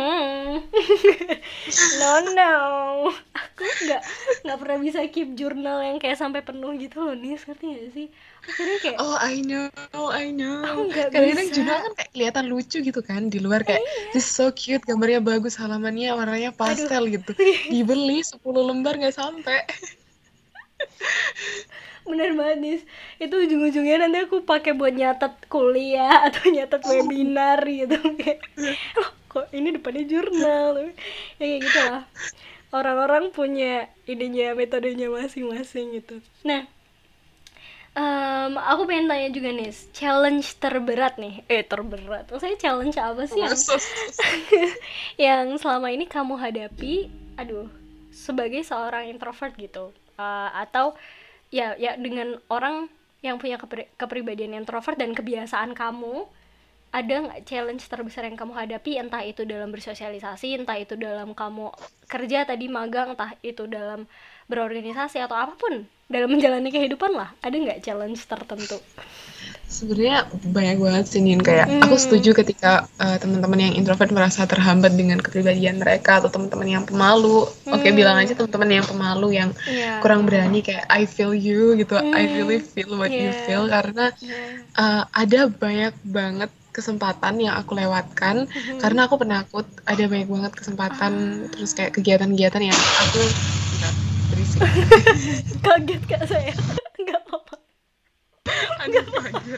[SPEAKER 1] no, aku nggak pernah bisa keep jurnal yang kayak sampai penuh gitu loh nih, ngerti gak sih? Akhirnya kayak
[SPEAKER 2] Oh, I know, I
[SPEAKER 1] aku
[SPEAKER 2] know.
[SPEAKER 1] nggak
[SPEAKER 2] Kadang-kadang
[SPEAKER 1] bisa.
[SPEAKER 2] jurnal kan kayak kelihatan lucu gitu kan di luar, kayak this so cute, gambarnya bagus, halamannya warnanya
[SPEAKER 1] Aduh.
[SPEAKER 2] pastel gitu. Dibeli 10 lembar nggak sampai.
[SPEAKER 1] Bener banget nih, itu ujung-ujungnya nanti aku pakai buat nyatet kuliah atau nyatet webinar gitu. Kayak, loh kok ini depannya jurnal, ya kayak gitu lah. Orang-orang punya idenya, metodenya masing-masing gitu. Nah, aku pengen tanya juga nih, challenge terberat nih, terberat, maksudnya challenge apa sih yang yang selama ini kamu hadapi, aduh, sebagai seorang introvert gitu. Atau ya dengan orang yang punya kepribadian introvert dan kebiasaan kamu ada nggak challenge terbesar yang kamu hadapi, entah itu dalam bersosialisasi, entah itu dalam kamu kerja tadi magang, entah itu dalam berorganisasi atau apapun dalam menjalani kehidupan lah, ada nggak challenge tertentu?
[SPEAKER 2] Sebenarnya banyak banget sih Nin, kayak aku
[SPEAKER 1] Hmm.
[SPEAKER 2] setuju ketika teman-teman yang introvert merasa terhambat dengan kepribadian mereka, atau teman-teman yang pemalu. Oke, bilang aja
[SPEAKER 1] Hmm.
[SPEAKER 2] teman-teman yang pemalu yang
[SPEAKER 1] Iya.
[SPEAKER 2] kurang berani, kayak I feel you gitu, I really
[SPEAKER 1] Hmm.
[SPEAKER 2] feel what you
[SPEAKER 1] Iya.
[SPEAKER 2] feel, karena
[SPEAKER 1] Iya.
[SPEAKER 2] ada banyak banget kesempatan yang aku lewatkan
[SPEAKER 1] Mhm.
[SPEAKER 2] karena aku penakut. Ada banyak banget kesempatan, terus
[SPEAKER 1] Ah.
[SPEAKER 2] kayak kegiatan-kegiatan yang aku bentar, berisik.
[SPEAKER 1] Kaget kak saya. Nggak apa-apa.
[SPEAKER 2] Aduh, kaget.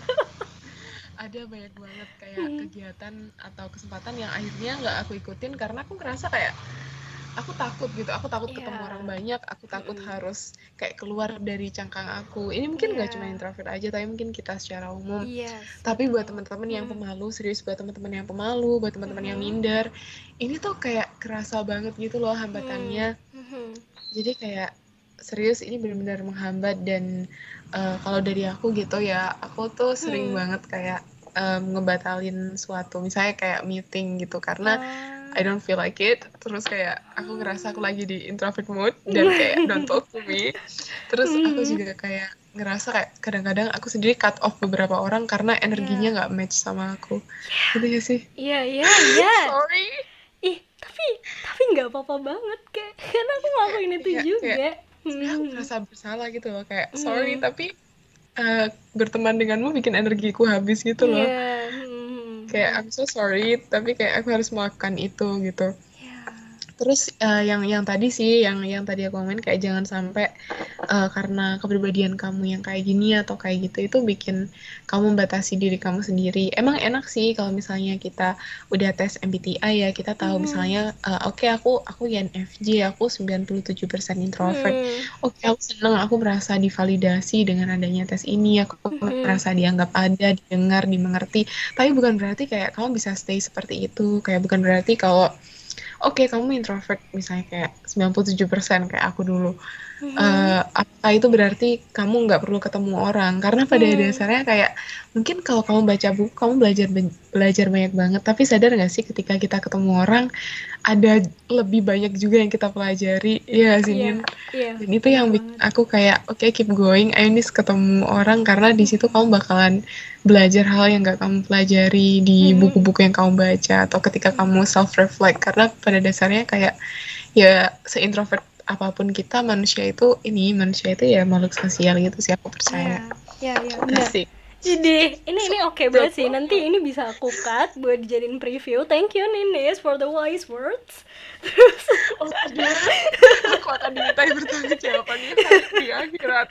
[SPEAKER 2] Ada banyak banget kayak
[SPEAKER 1] Hmm.
[SPEAKER 2] kegiatan atau kesempatan yang akhirnya nggak aku ikutin karena aku ngerasa kayak aku takut gitu, aku takut ketemu
[SPEAKER 1] Iya.
[SPEAKER 2] orang banyak, aku takut
[SPEAKER 1] Mm-mm.
[SPEAKER 2] harus kayak keluar dari cangkang aku. Ini mungkin nggak cuma
[SPEAKER 1] Iya.
[SPEAKER 2] introvert aja, tapi mungkin kita secara umum.
[SPEAKER 1] Yes,
[SPEAKER 2] Tapi buat
[SPEAKER 1] betul.
[SPEAKER 2] teman-teman yang
[SPEAKER 1] Hmm.
[SPEAKER 2] pemalu, serius buat teman-teman yang pemalu, buat teman-teman yang
[SPEAKER 1] Mhm.
[SPEAKER 2] minder, ini tuh kayak kerasa banget gitu loh
[SPEAKER 1] Hmm.
[SPEAKER 2] hambatannya.
[SPEAKER 1] Mhm.
[SPEAKER 2] Jadi kayak serius ini benar-benar menghambat. Dan kalau dari aku gitu ya, aku tuh sering
[SPEAKER 1] Hmm.
[SPEAKER 2] banget kayak ngebatalin suatu misalnya kayak meeting gitu karena
[SPEAKER 1] Ah.
[SPEAKER 2] I don't feel like it, terus kayak aku ngerasa aku lagi di introvert mood dan kayak don't talk to me. Terus aku
[SPEAKER 1] Mhm.
[SPEAKER 2] juga kayak ngerasa kayak kadang-kadang aku sendiri cut off beberapa orang karena energinya
[SPEAKER 1] Ya.
[SPEAKER 2] nggak match sama aku, gitu ya sih.
[SPEAKER 1] Iya, iya, iya.
[SPEAKER 2] Sorry.
[SPEAKER 1] Ih, tapi nggak apa-apa banget kayak karena aku ngelakuin itu
[SPEAKER 2] Kayak
[SPEAKER 1] juga.
[SPEAKER 2] sebenarnya aku
[SPEAKER 1] Hmm.
[SPEAKER 2] merasa bersalah gitu loh, kayak sorry
[SPEAKER 1] Hmm.
[SPEAKER 2] tapi berteman denganmu bikin energiku habis gitu loh.
[SPEAKER 1] Iya. Hmm.
[SPEAKER 2] Kayak I'm so sorry, tapi kayak aku harus melakukan itu gitu.
[SPEAKER 1] Iya.
[SPEAKER 2] Terus yang tadi sih, yang tadi aku ngomongin kayak jangan sampai karena kepribadian kamu yang kayak gini atau kayak gitu itu bikin kamu membatasi diri kamu sendiri. Emang enak sih kalau misalnya kita udah tes MBTI ya, kita tahu
[SPEAKER 1] Hmm.
[SPEAKER 2] misalnya oke, aku INFJ, aku 97% introvert.
[SPEAKER 1] Hmm.
[SPEAKER 2] Oke, aku seneng, aku merasa divalidasi dengan adanya tes ini, aku
[SPEAKER 1] Hmm.
[SPEAKER 2] merasa dianggap ada, didengar, dimengerti. Tapi bukan berarti kayak kamu bisa stay seperti itu. Kayak bukan berarti kalau oke, kamu introvert misalnya kayak 97% kayak aku dulu.
[SPEAKER 1] Hmm.
[SPEAKER 2] Apakah itu berarti kamu nggak perlu ketemu orang? Karena pada
[SPEAKER 1] Hmm.
[SPEAKER 2] dasarnya kayak mungkin kalau kamu baca buku, kamu belajar belajar banyak banget. Tapi sadar nggak sih ketika kita ketemu orang, ada lebih banyak juga yang kita pelajari. Iya,
[SPEAKER 1] Iya,
[SPEAKER 2] Sinin.
[SPEAKER 1] iya,
[SPEAKER 2] Dan itu
[SPEAKER 1] bener
[SPEAKER 2] yang bikin
[SPEAKER 1] banget.
[SPEAKER 2] aku kayak oke, keep going. Ayo nih ketemu orang karena di situ kamu bakalan belajar hal yang gak kamu pelajari di
[SPEAKER 1] Hmm.
[SPEAKER 2] buku-buku yang kamu baca atau ketika kamu self reflect. Karena pada dasarnya kayak ya seintrovert apapun kita, manusia itu ya makhluk sosial gitu sih, aku percaya.
[SPEAKER 1] Iya, iya, iya, benar.
[SPEAKER 2] Asik.
[SPEAKER 1] Ini
[SPEAKER 2] So,
[SPEAKER 1] oke banget sih. Nanti ini bisa aku cut buat dijadiin preview. Thank you Ninis for the wise words. Terus
[SPEAKER 2] oh tidak, aku akan dimintai pertanggungjawabannya di akhirat.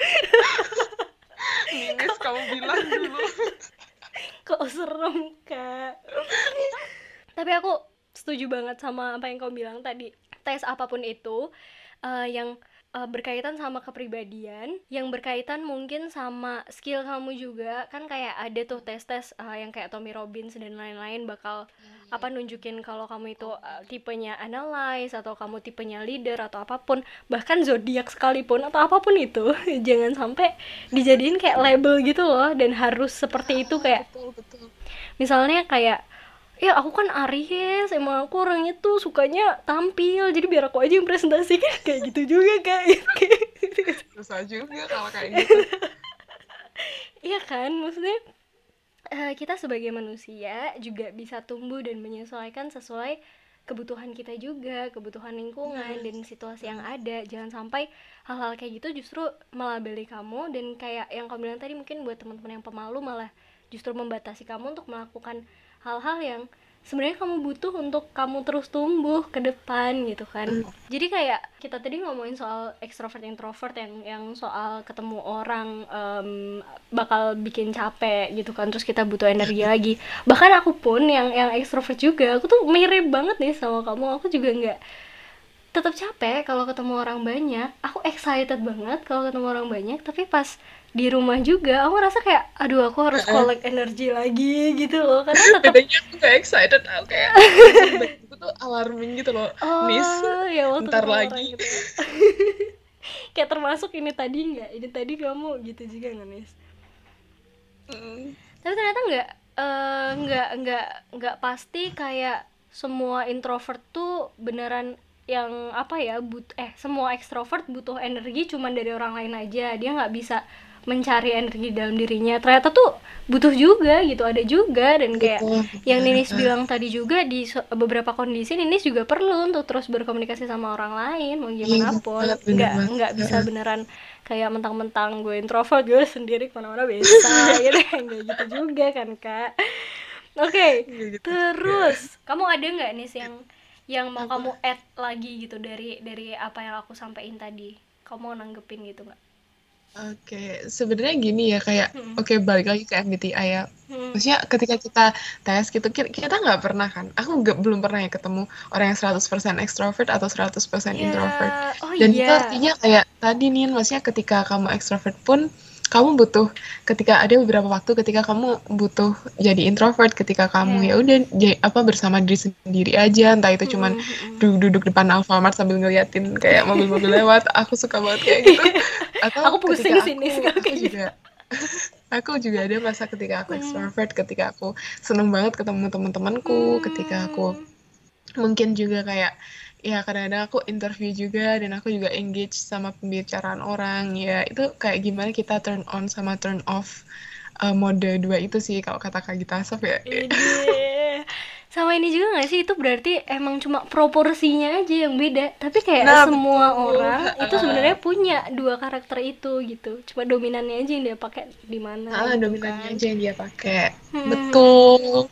[SPEAKER 2] Ninis, kamu bilang dulu.
[SPEAKER 1] kok serem kak. Tapi aku setuju banget sama apa yang kau bilang tadi. Tes apapun itu yang berkaitan sama kepribadian, yang berkaitan mungkin sama skill kamu juga, kan kayak ada tuh tes-tes yang kayak Tommy Robbins dan lain-lain bakal apa nunjukin kalau kamu itu tipenya analyze atau kamu tipenya leader atau apapun, bahkan zodiak sekalipun atau apapun itu. Jangan sampai dijadiin kayak label gitu loh dan harus seperti itu. Kayak
[SPEAKER 2] Betul, betul.
[SPEAKER 1] misalnya kayak ya aku kan Aries, emang aku orangnya tuh sukanya tampil, jadi biar aku aja yang presentasikan. Kayak gitu juga kayak
[SPEAKER 2] Susah juga kalau kayak gitu.
[SPEAKER 1] iya kan, maksudnya kita sebagai manusia juga bisa tumbuh dan menyesuaikan sesuai kebutuhan kita juga, kebutuhan lingkungan dan
[SPEAKER 2] Yes.
[SPEAKER 1] situasi yang ada. Jangan sampai hal-hal kayak gitu justru melabeli kamu, dan kayak yang kamu bilang tadi, mungkin buat teman-teman yang pemalu malah justru membatasi kamu untuk melakukan hal-hal yang sebenarnya kamu butuh untuk kamu terus tumbuh ke depan gitu kan. Jadi kayak kita tadi ngomongin soal extrovert introvert, yang soal ketemu orang bakal bikin capek gitu kan, terus kita butuh energi lagi. Bahkan aku pun yang extrovert juga, aku tuh mirip banget nih sama kamu. Aku juga nggak, tetap capek kalau ketemu orang banyak. Aku excited banget kalau ketemu orang banyak, tapi pas di rumah juga aku ngerasa kayak aduh, aku harus collect energi lagi gitu loh, karena tetap
[SPEAKER 2] Bedanya aku gak excited, aku kayak langsung badanku tuh alarming gitu loh. Nis,
[SPEAKER 1] oh ya waktu
[SPEAKER 2] bentar
[SPEAKER 1] ketemu orang
[SPEAKER 2] lagi.
[SPEAKER 1] gitu ya. Kayak termasuk ini tadi nggak, ini tadi kamu gitu juga nggak Nis?
[SPEAKER 2] Mm.
[SPEAKER 1] Tapi ternyata nggak, nggak pasti kayak semua introvert tuh beneran yang apa ya semua ekstrovert butuh energi cuman dari orang lain aja, dia nggak bisa mencari energi dalam dirinya, ternyata tuh butuh juga gitu, ada juga. Dan kayak
[SPEAKER 2] Betul,
[SPEAKER 1] yang
[SPEAKER 2] benar.
[SPEAKER 1] Ninis bilang tadi juga, di beberapa kondisi Ninis juga perlu untuk terus berkomunikasi sama orang lain mau
[SPEAKER 2] Iya,
[SPEAKER 1] gimana
[SPEAKER 2] bener
[SPEAKER 1] pun,
[SPEAKER 2] banget, bener banget.
[SPEAKER 1] nggak bisa
[SPEAKER 2] Heeh.
[SPEAKER 1] beneran kayak mentang-mentang gue introvert gue sendiri kemana-mana bisa gitu. Nggak gitu juga kan kak. Oke,
[SPEAKER 2] Iya gitu juga.
[SPEAKER 1] terus kamu ada nggak nih yang mau
[SPEAKER 2] Apa?
[SPEAKER 1] kamu add lagi gitu dari apa yang aku sampaikan tadi? Kamu mau nanggepin gitu nggak?
[SPEAKER 2] Oke, sebenarnya gini ya kayak,
[SPEAKER 1] Hmm.
[SPEAKER 2] oke balik lagi ke MBTI ya.
[SPEAKER 1] Hmm.
[SPEAKER 2] Maksudnya ketika kita tes gitu, kita nggak pernah kan, aku nggak, belum pernah ya ketemu orang yang 100% extrovert atau 100%
[SPEAKER 1] Ya,
[SPEAKER 2] introvert.
[SPEAKER 1] oh
[SPEAKER 2] Dan itu
[SPEAKER 1] iya.
[SPEAKER 2] artinya kayak tadi nih, maksudnya ketika kamu extrovert pun, kamu butuh, ketika ada beberapa waktu ketika kamu butuh jadi introvert, ketika kamu ya
[SPEAKER 1] Ya.
[SPEAKER 2] udah apa bersama diri sendiri aja, entah itu cuman
[SPEAKER 1] Hmm, hmm, hmm.
[SPEAKER 2] duduk duduk depan Alfamart sambil ngeliatin kayak mobil-mobil lewat, aku suka banget kayak gitu.
[SPEAKER 1] Aku
[SPEAKER 2] Atau
[SPEAKER 1] pusing
[SPEAKER 2] ketika
[SPEAKER 1] sih nih
[SPEAKER 2] aku
[SPEAKER 1] kalau
[SPEAKER 2] aku
[SPEAKER 1] kayak gitu.
[SPEAKER 2] juga aku juga ada masa ketika aku
[SPEAKER 1] Hmm.
[SPEAKER 2] extrovert, ketika aku seneng banget ketemu teman-temanku, ketika aku
[SPEAKER 1] Hmm.
[SPEAKER 2] mungkin juga kayak ya kadang-kadang aku interview juga dan aku juga engage sama pembicaraan orang, ya itu kayak gimana kita turn on sama turn off, mode dua itu sih kalau kata Kak Gita Asaf ya.
[SPEAKER 1] Ide. Sama ini juga gak sih, itu berarti emang cuma proporsinya aja yang beda. Tapi kayak
[SPEAKER 2] Nah
[SPEAKER 1] semua
[SPEAKER 2] betul.
[SPEAKER 1] orang itu sebenarnya punya dua karakter itu gitu. Cuma dominannya aja yang dia pakai di mana gitu
[SPEAKER 2] Dominannya
[SPEAKER 1] kan.
[SPEAKER 2] aja yang dia pakai.
[SPEAKER 1] Hmm,
[SPEAKER 2] Betul.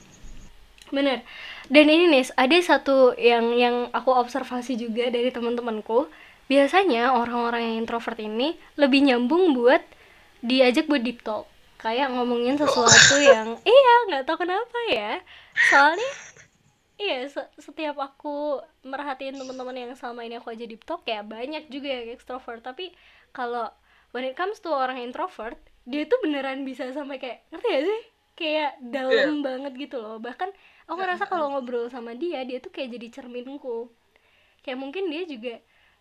[SPEAKER 1] bener. Dan ini nih, ada satu yang aku observasi juga dari teman-temanku. Biasanya orang-orang yang introvert ini lebih nyambung buat diajak buat deep talk. Kayak ngomongin sesuatu yang iya nggak tahu kenapa ya. Soalnya iya, setiap aku merhatiin teman-teman yang selama ini aku aja deep talk, ya banyak juga yang extrovert, tapi kalau when it comes to orang introvert, dia tuh beneran bisa sampai kayak, ngerti gak sih? Kayak
[SPEAKER 2] Iya.
[SPEAKER 1] dalam banget gitu loh. Bahkan aku ngerasa kalau ngobrol sama dia tuh kayak jadi cerminku. Kayak mungkin dia juga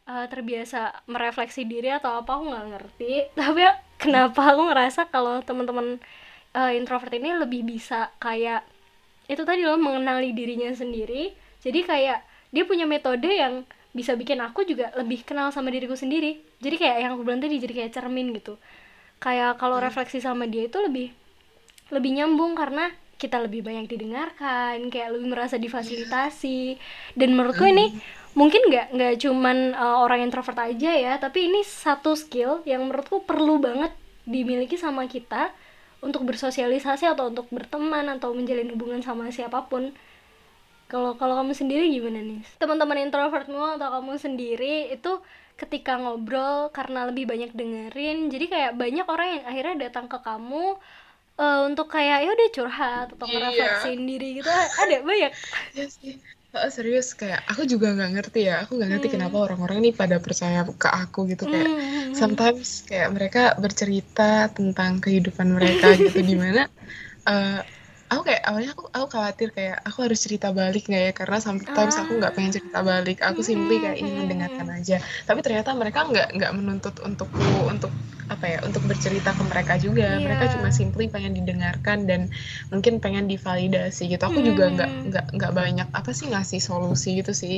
[SPEAKER 1] terbiasa merefleksi diri atau apa, aku nggak ngerti. Tapi ya, kenapa aku ngerasa kalau teman-teman introvert ini lebih bisa kayak itu tadi loh, mengenali dirinya sendiri. Jadi kayak dia punya metode yang bisa bikin aku juga lebih kenal sama diriku sendiri. Jadi kayak yang aku bilang tadi, jadi kayak cermin gitu. Kayak kalau refleksi sama dia itu lebih lebih nyambung karena kita lebih banyak didengarkan, kayak lebih merasa difasilitasi. Dan menurutku ini mungkin nggak cuman orang introvert aja ya, tapi ini satu skill yang menurutku perlu banget dimiliki sama kita untuk bersosialisasi atau untuk berteman atau menjalin hubungan sama siapapun. Kalau kalau kamu sendiri gimana nih? Teman-teman introvertmu atau kamu sendiri itu ketika ngobrol karena lebih banyak dengerin, jadi kayak banyak orang yang akhirnya datang ke kamu untuk kayak ya udah curhat atau
[SPEAKER 2] Iya.
[SPEAKER 1] ngerefleksiin diri gitu, ada banyak.
[SPEAKER 2] Iya sih. Serius kayak aku juga nggak ngerti ya. Aku nggak ngerti kenapa
[SPEAKER 1] Hmm.
[SPEAKER 2] orang-orang ini pada percaya ke aku gitu kayak
[SPEAKER 1] Hmm.
[SPEAKER 2] sometimes kayak mereka bercerita tentang kehidupan mereka gitu di mana eh, aku kayak awalnya aku khawatir kayak aku harus cerita balik nggak ya, karena sometimes aku nggak pengen
[SPEAKER 1] Ah.
[SPEAKER 2] cerita balik, aku simply kayak ingin mendengarkan
[SPEAKER 1] Hmm.
[SPEAKER 2] aja, tapi ternyata mereka nggak menuntut untukku untuk apa ya, untuk bercerita ke mereka juga, mereka cuma
[SPEAKER 1] Iya.
[SPEAKER 2] simply pengen didengarkan dan mungkin pengen divalidasi gitu. Aku juga
[SPEAKER 1] Hmm.
[SPEAKER 2] nggak banyak apa sih ngasih solusi gitu sih.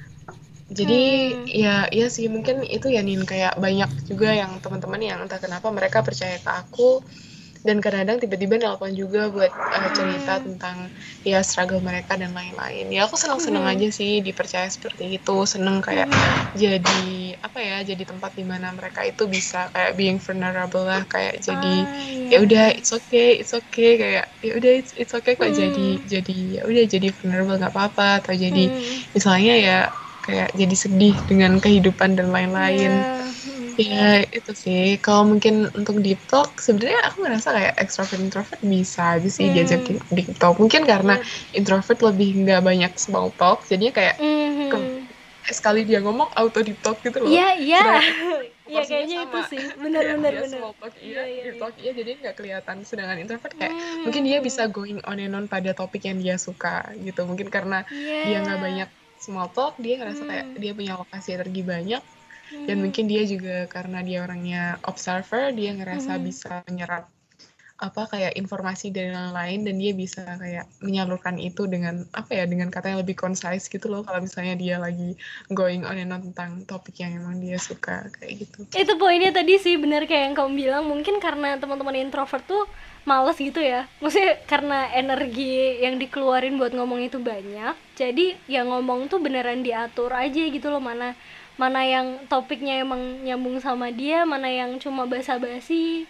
[SPEAKER 2] Jadi
[SPEAKER 1] Hmm.
[SPEAKER 2] ya sih mungkin itu ya Nin, kayak banyak juga yang teman-teman yang entah kenapa mereka percaya ke aku dan kadang-kadang tiba-tiba nelpon juga buat cerita
[SPEAKER 1] Hmm.
[SPEAKER 2] tentang ya struggle mereka dan lain-lain. Ya aku seneng-seneng
[SPEAKER 1] Hmm.
[SPEAKER 2] aja sih dipercaya seperti itu, seneng kayak
[SPEAKER 1] Hmm.
[SPEAKER 2] jadi apa ya, jadi tempat dimana mereka itu bisa kayak being vulnerable lah, kayak jadi
[SPEAKER 1] Ah,
[SPEAKER 2] ya udah
[SPEAKER 1] iya.
[SPEAKER 2] it's okay kayak ya udah it's okay kok,
[SPEAKER 1] Hmm.
[SPEAKER 2] jadi ya udah jadi vulnerable nggak apa-apa, atau jadi
[SPEAKER 1] Hmm.
[SPEAKER 2] misalnya ya kayak jadi sedih dengan kehidupan dan lain-lain.
[SPEAKER 1] Iya. Hmm.
[SPEAKER 2] Ya itu sih, kalau mungkin untuk deep talk sebenarnya aku ngerasa kayak extrovert introvert bisa aja sih diajak
[SPEAKER 1] Hmm.
[SPEAKER 2] deep talk, mungkin karena
[SPEAKER 1] Bener.
[SPEAKER 2] introvert lebih nggak banyak small talk, jadinya kayak ke-
[SPEAKER 1] Hmm.
[SPEAKER 2] sekali dia ngomong auto deep talk gitu loh,
[SPEAKER 1] Iya, iya.
[SPEAKER 2] sedangkan extrovert
[SPEAKER 1] Iya
[SPEAKER 2] proporsinya
[SPEAKER 1] kayaknya itu
[SPEAKER 2] sama,
[SPEAKER 1] sih. Bener,
[SPEAKER 2] kayak
[SPEAKER 1] bener,
[SPEAKER 2] dia
[SPEAKER 1] bener.
[SPEAKER 2] small talk iya,
[SPEAKER 1] Iya, iya,
[SPEAKER 2] deep
[SPEAKER 1] iya.
[SPEAKER 2] talk iya, jadi nggak kelihatan, sedangkan introvert kayak mungkin dia bisa
[SPEAKER 1] Hmm.
[SPEAKER 2] going on and on pada topik yang dia suka gitu, mungkin karena dia nggak
[SPEAKER 1] Iya.
[SPEAKER 2] banyak small talk, dia ngerasa kayak
[SPEAKER 1] Hmm.
[SPEAKER 2] dia punya lokasi energi banyak, dan
[SPEAKER 1] Hmm.
[SPEAKER 2] mungkin dia juga karena dia orangnya observer, dia ngerasa
[SPEAKER 1] Hmm.
[SPEAKER 2] bisa menyerap apa kayak informasi dari yang lain dan dia bisa kayak menyalurkan itu dengan apa ya, dengan kata yang lebih concise gitu loh kalau misalnya dia lagi going on and on tentang topik yang emang dia suka kayak gitu.
[SPEAKER 1] Itu poinnya tadi sih, bener kayak yang kamu bilang, mungkin karena teman-teman introvert tuh males gitu ya, maksudnya karena energi yang dikeluarin buat ngomong itu banyak, jadi yang ngomong tuh beneran diatur aja gitu loh, mana mana yang topiknya emang nyambung sama dia, mana yang cuma basa-basi.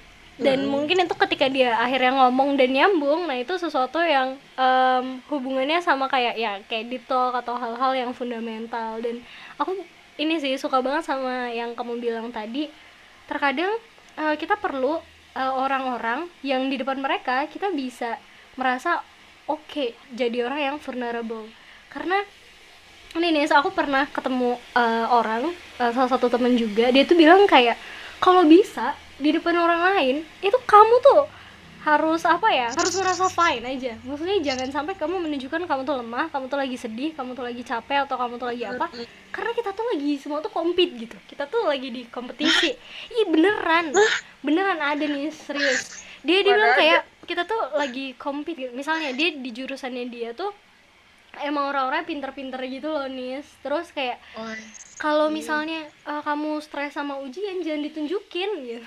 [SPEAKER 1] Dan mungkin itu ketika dia akhirnya ngomong dan nyambung, nah itu sesuatu yang hubungannya sama kayak ya kayak deep talk atau hal-hal yang fundamental. Dan aku ini sih suka banget sama yang kamu bilang tadi, terkadang kita perlu orang-orang yang di depan mereka kita bisa merasa oke, jadi orang yang vulnerable. Karena ini nih, aku pernah ketemu orang, salah satu temen juga, dia tuh bilang kayak kalau bisa di depan orang lain itu kamu tuh harus apa ya, harus merasa fine aja, maksudnya jangan sampai kamu menunjukkan kamu tuh lemah, kamu tuh lagi sedih, kamu tuh lagi capek, atau kamu tuh lagi apa, karena kita tuh lagi semua tuh compete gitu, kita tuh lagi di kompetisi. Ih beneran, beneran ada nih, serius, dia bilang kayak kita tuh lagi compete gitu. Misalnya dia di jurusannya dia tuh emang orang-orang pinter-pinter gitu loh Nis, terus kayak kalau misalnya kamu stres sama ujian jangan ditunjukin gitu.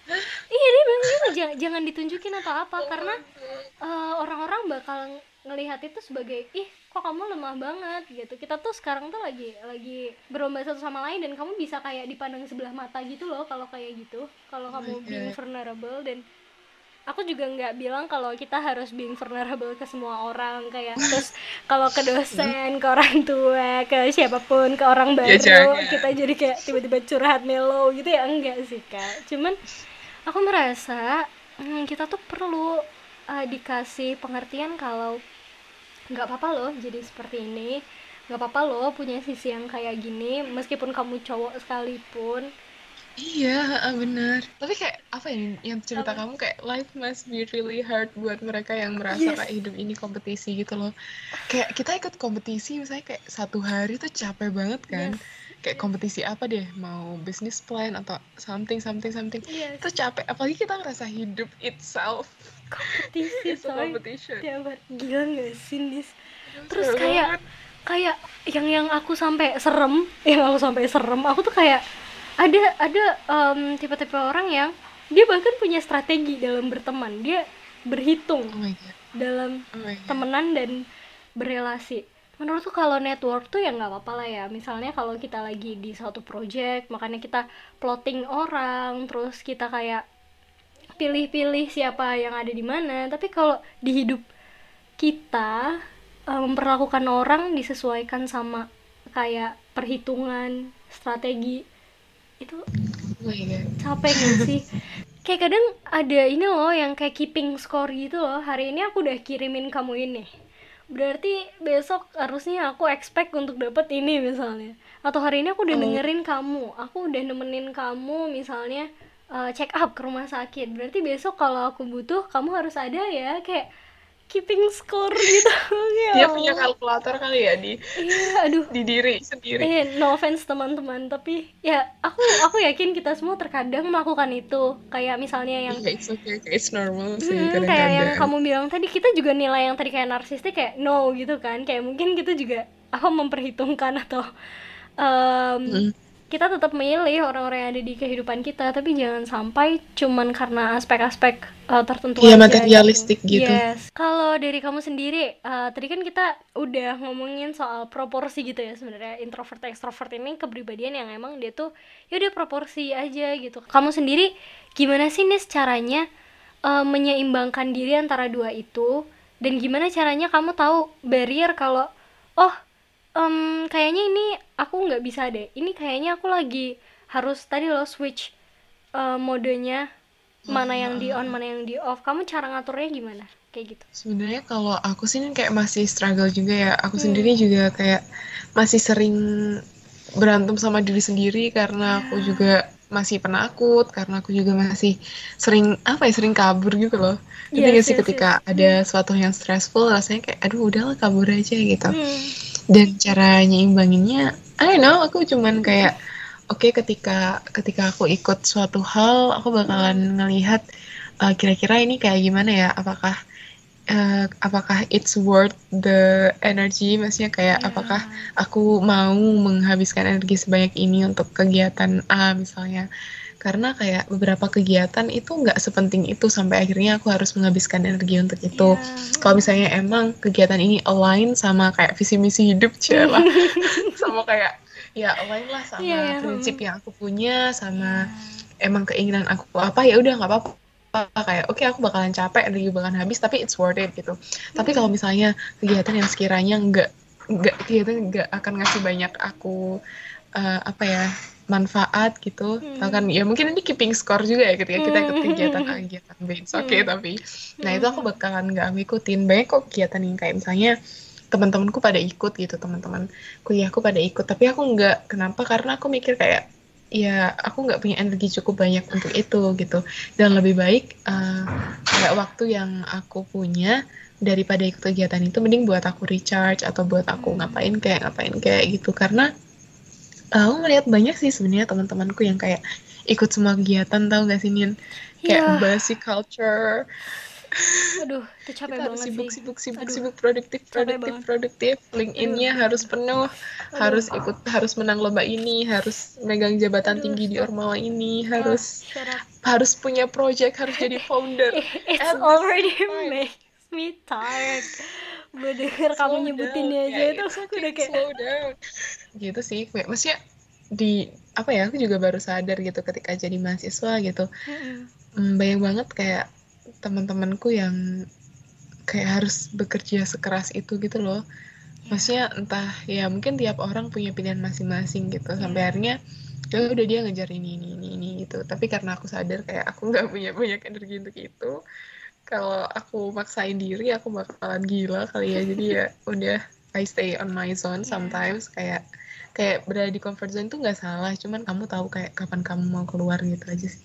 [SPEAKER 1] Iya dia bilang gitu, jangan ditunjukin atau apa, karena orang-orang bakal ngelihat itu sebagai ih kok kamu lemah banget gitu. Kita tuh sekarang tuh lagi berlomba satu sama lain, dan kamu bisa kayak dipandang sebelah mata gitu loh kalau kayak gitu, kalau kamu being vulnerable. Dan aku juga nggak bilang kalau kita harus being vulnerable ke semua orang, kayak terus kalau ke dosen, ke orang tua, ke siapapun, ke orang baru kita jadi kayak tiba-tiba curhat melo gitu ya, enggak sih Kak. Cuman aku merasa kita tuh perlu dikasih pengertian kalau nggak apa-apa loh jadi seperti ini, nggak apa-apa loh punya sisi yang kayak gini meskipun kamu cowok sekalipun.
[SPEAKER 2] Iya, benar. Tapi kayak apa ya, yang cerita kamu kayak life must be really hard buat mereka yang merasa kayak hidup ini kompetisi gitu loh. Kayak kita ikut kompetisi misalnya kayak satu hari tuh capek banget kan. Kayak kompetisi apa deh, mau business plan atau something. Itu capek, apalagi kita ngerasa hidup itself
[SPEAKER 1] kompetisi
[SPEAKER 2] competition.
[SPEAKER 1] Gila gak sih Nis? Terus kayak yang aku sampai serem, aku tuh kayak ada tipe-tipe orang yang dia bahkan punya strategi dalam berteman, dia berhitung dalam temenan dan berelasi. Menurutku kalau network tuh ya nggak apa-apa lah ya, misalnya kalau kita lagi di suatu project, makanya kita plotting orang, terus kita kayak pilih-pilih siapa yang ada di mana. Tapi kalau di hidup kita memperlakukan orang disesuaikan sama kayak perhitungan, strategi, itu capek gak sih? Kayak kadang ada ini loh yang kayak keeping score gitu loh, hari ini aku udah kirimin kamu ini, berarti besok harusnya aku expect untuk dapet ini misalnya. Atau hari ini aku udah dengerin kamu, aku udah nemenin kamu misalnya check up ke rumah sakit, berarti besok kalau aku butuh kamu harus ada ya, kayak keeping score gitu.
[SPEAKER 2] Dia punya kalkulator kali ya di di diri sendiri.
[SPEAKER 1] No offense teman-teman, tapi ya aku yakin kita semua terkadang melakukan itu. Kayak misalnya yang
[SPEAKER 2] it's okay, it's normal sih kadang-kadang.
[SPEAKER 1] Kayak yang kamu bilang tadi, kita juga nilai yang tadi kayak narsistik kayak no gitu kan, kayak mungkin kita juga memperhitungkan atau kita tetap memilih orang-orang yang ada di kehidupan kita, tapi jangan sampai cuman karena aspek-aspek tertentu aja
[SPEAKER 2] materialistik gitu.
[SPEAKER 1] Yes. Kalau dari kamu sendiri, tadi kan kita udah ngomongin soal proporsi gitu ya, sebenarnya introvert extrovert ini kepribadian yang emang dia tuh ya udah proporsi aja gitu. Kamu sendiri gimana sih nih caranya menyeimbangkan diri antara dua itu, dan gimana caranya kamu tahu barrier kalau kayaknya ini aku nggak bisa deh, ini kayaknya aku lagi harus tadi lo switch modenya, mana yang di on mana yang di off. Kamu cara ngaturnya gimana kayak gitu?
[SPEAKER 2] Sebenarnya kalau aku sih kayak masih struggle juga ya, aku sendiri juga kayak masih sering berantem sama diri sendiri karena aku juga masih penakut, karena aku juga masih sering kabur gitu loh. Jadi sih ketika ada sesuatu yang stressful, rasanya kayak aduh udahlah kabur aja gitu. Dan cara nyeimbanginnya, I don't know, aku cuman kayak ketika aku ikut suatu hal, aku bakalan ngelihat kira-kira ini kayak gimana ya, apakah it's worth the energy, maksudnya kayak
[SPEAKER 1] Iya.
[SPEAKER 2] apakah aku mau menghabiskan energi sebanyak ini untuk kegiatan A misalnya, karena kayak beberapa kegiatan itu nggak sepenting itu sampai akhirnya aku harus menghabiskan energi untuk itu. Kalau misalnya emang kegiatan ini align sama kayak visi misi hidup lah, sama kayak ya align lah sama prinsip yang aku punya, sama emang keinginan aku apa, ya udah nggak apa-apa, kayak oke, aku bakalan capek, energi bakalan habis, tapi it's worth it gitu. Tapi kalau misalnya kegiatan yang sekiranya kegiatan nggak akan ngasih banyak aku apa ya, manfaat gitu, kan ya mungkin ini keeping score juga ya, ketika kita ikut kegiatan A, kegiatan B, oke, tapi nah itu aku bakalan nggak ngikutin. Banyak kok kegiatan yang kayak misalnya teman-temanku pada ikut gitu, teman-teman kuliahku pada ikut, tapi aku nggak. Kenapa? Karena aku mikir kayak ya aku nggak punya energi cukup banyak untuk itu gitu, dan lebih baik kayak waktu yang aku punya daripada ikut kegiatan itu, mending buat aku recharge atau buat aku ngapain kayak gitu. Karena aku ngeliat banyak sih sebenarnya teman-temanku yang kayak ikut semua kegiatan, tahu gak sih Nin, kayak basic culture.
[SPEAKER 1] Aduh, itu capek
[SPEAKER 2] Kita harus
[SPEAKER 1] banget sih.
[SPEAKER 2] sibuk, produktif. LinkedIn-nya harus penuh, harus menang lomba ini, harus megang jabatan tinggi di Ormawa ini, harus punya project, harus jadi founder.
[SPEAKER 1] It's already makes me tired. Gue denger kamu nyebutinnya aja itu aku udah kayak
[SPEAKER 2] slow down. Gitu sih, maksudnya apa ya, aku juga baru sadar gitu ketika jadi mahasiswa gitu. Banyak banget kayak teman-temanku yang kayak harus bekerja sekeras itu gitu loh. Maksudnya entah ya, mungkin tiap orang punya pilihan masing-masing gitu. Sampai akhirnya ya udah dia ngejar ini gitu. Tapi karena aku sadar kayak aku nggak punya banyak energi untuk itu, kalau aku maksain diri aku bakalan gila kali ya. Jadi ya udah, I stay on my zone sometimes. Kayak berada di comfort zone itu nggak salah, cuman kamu tahu kayak kapan kamu mau keluar gitu aja sih.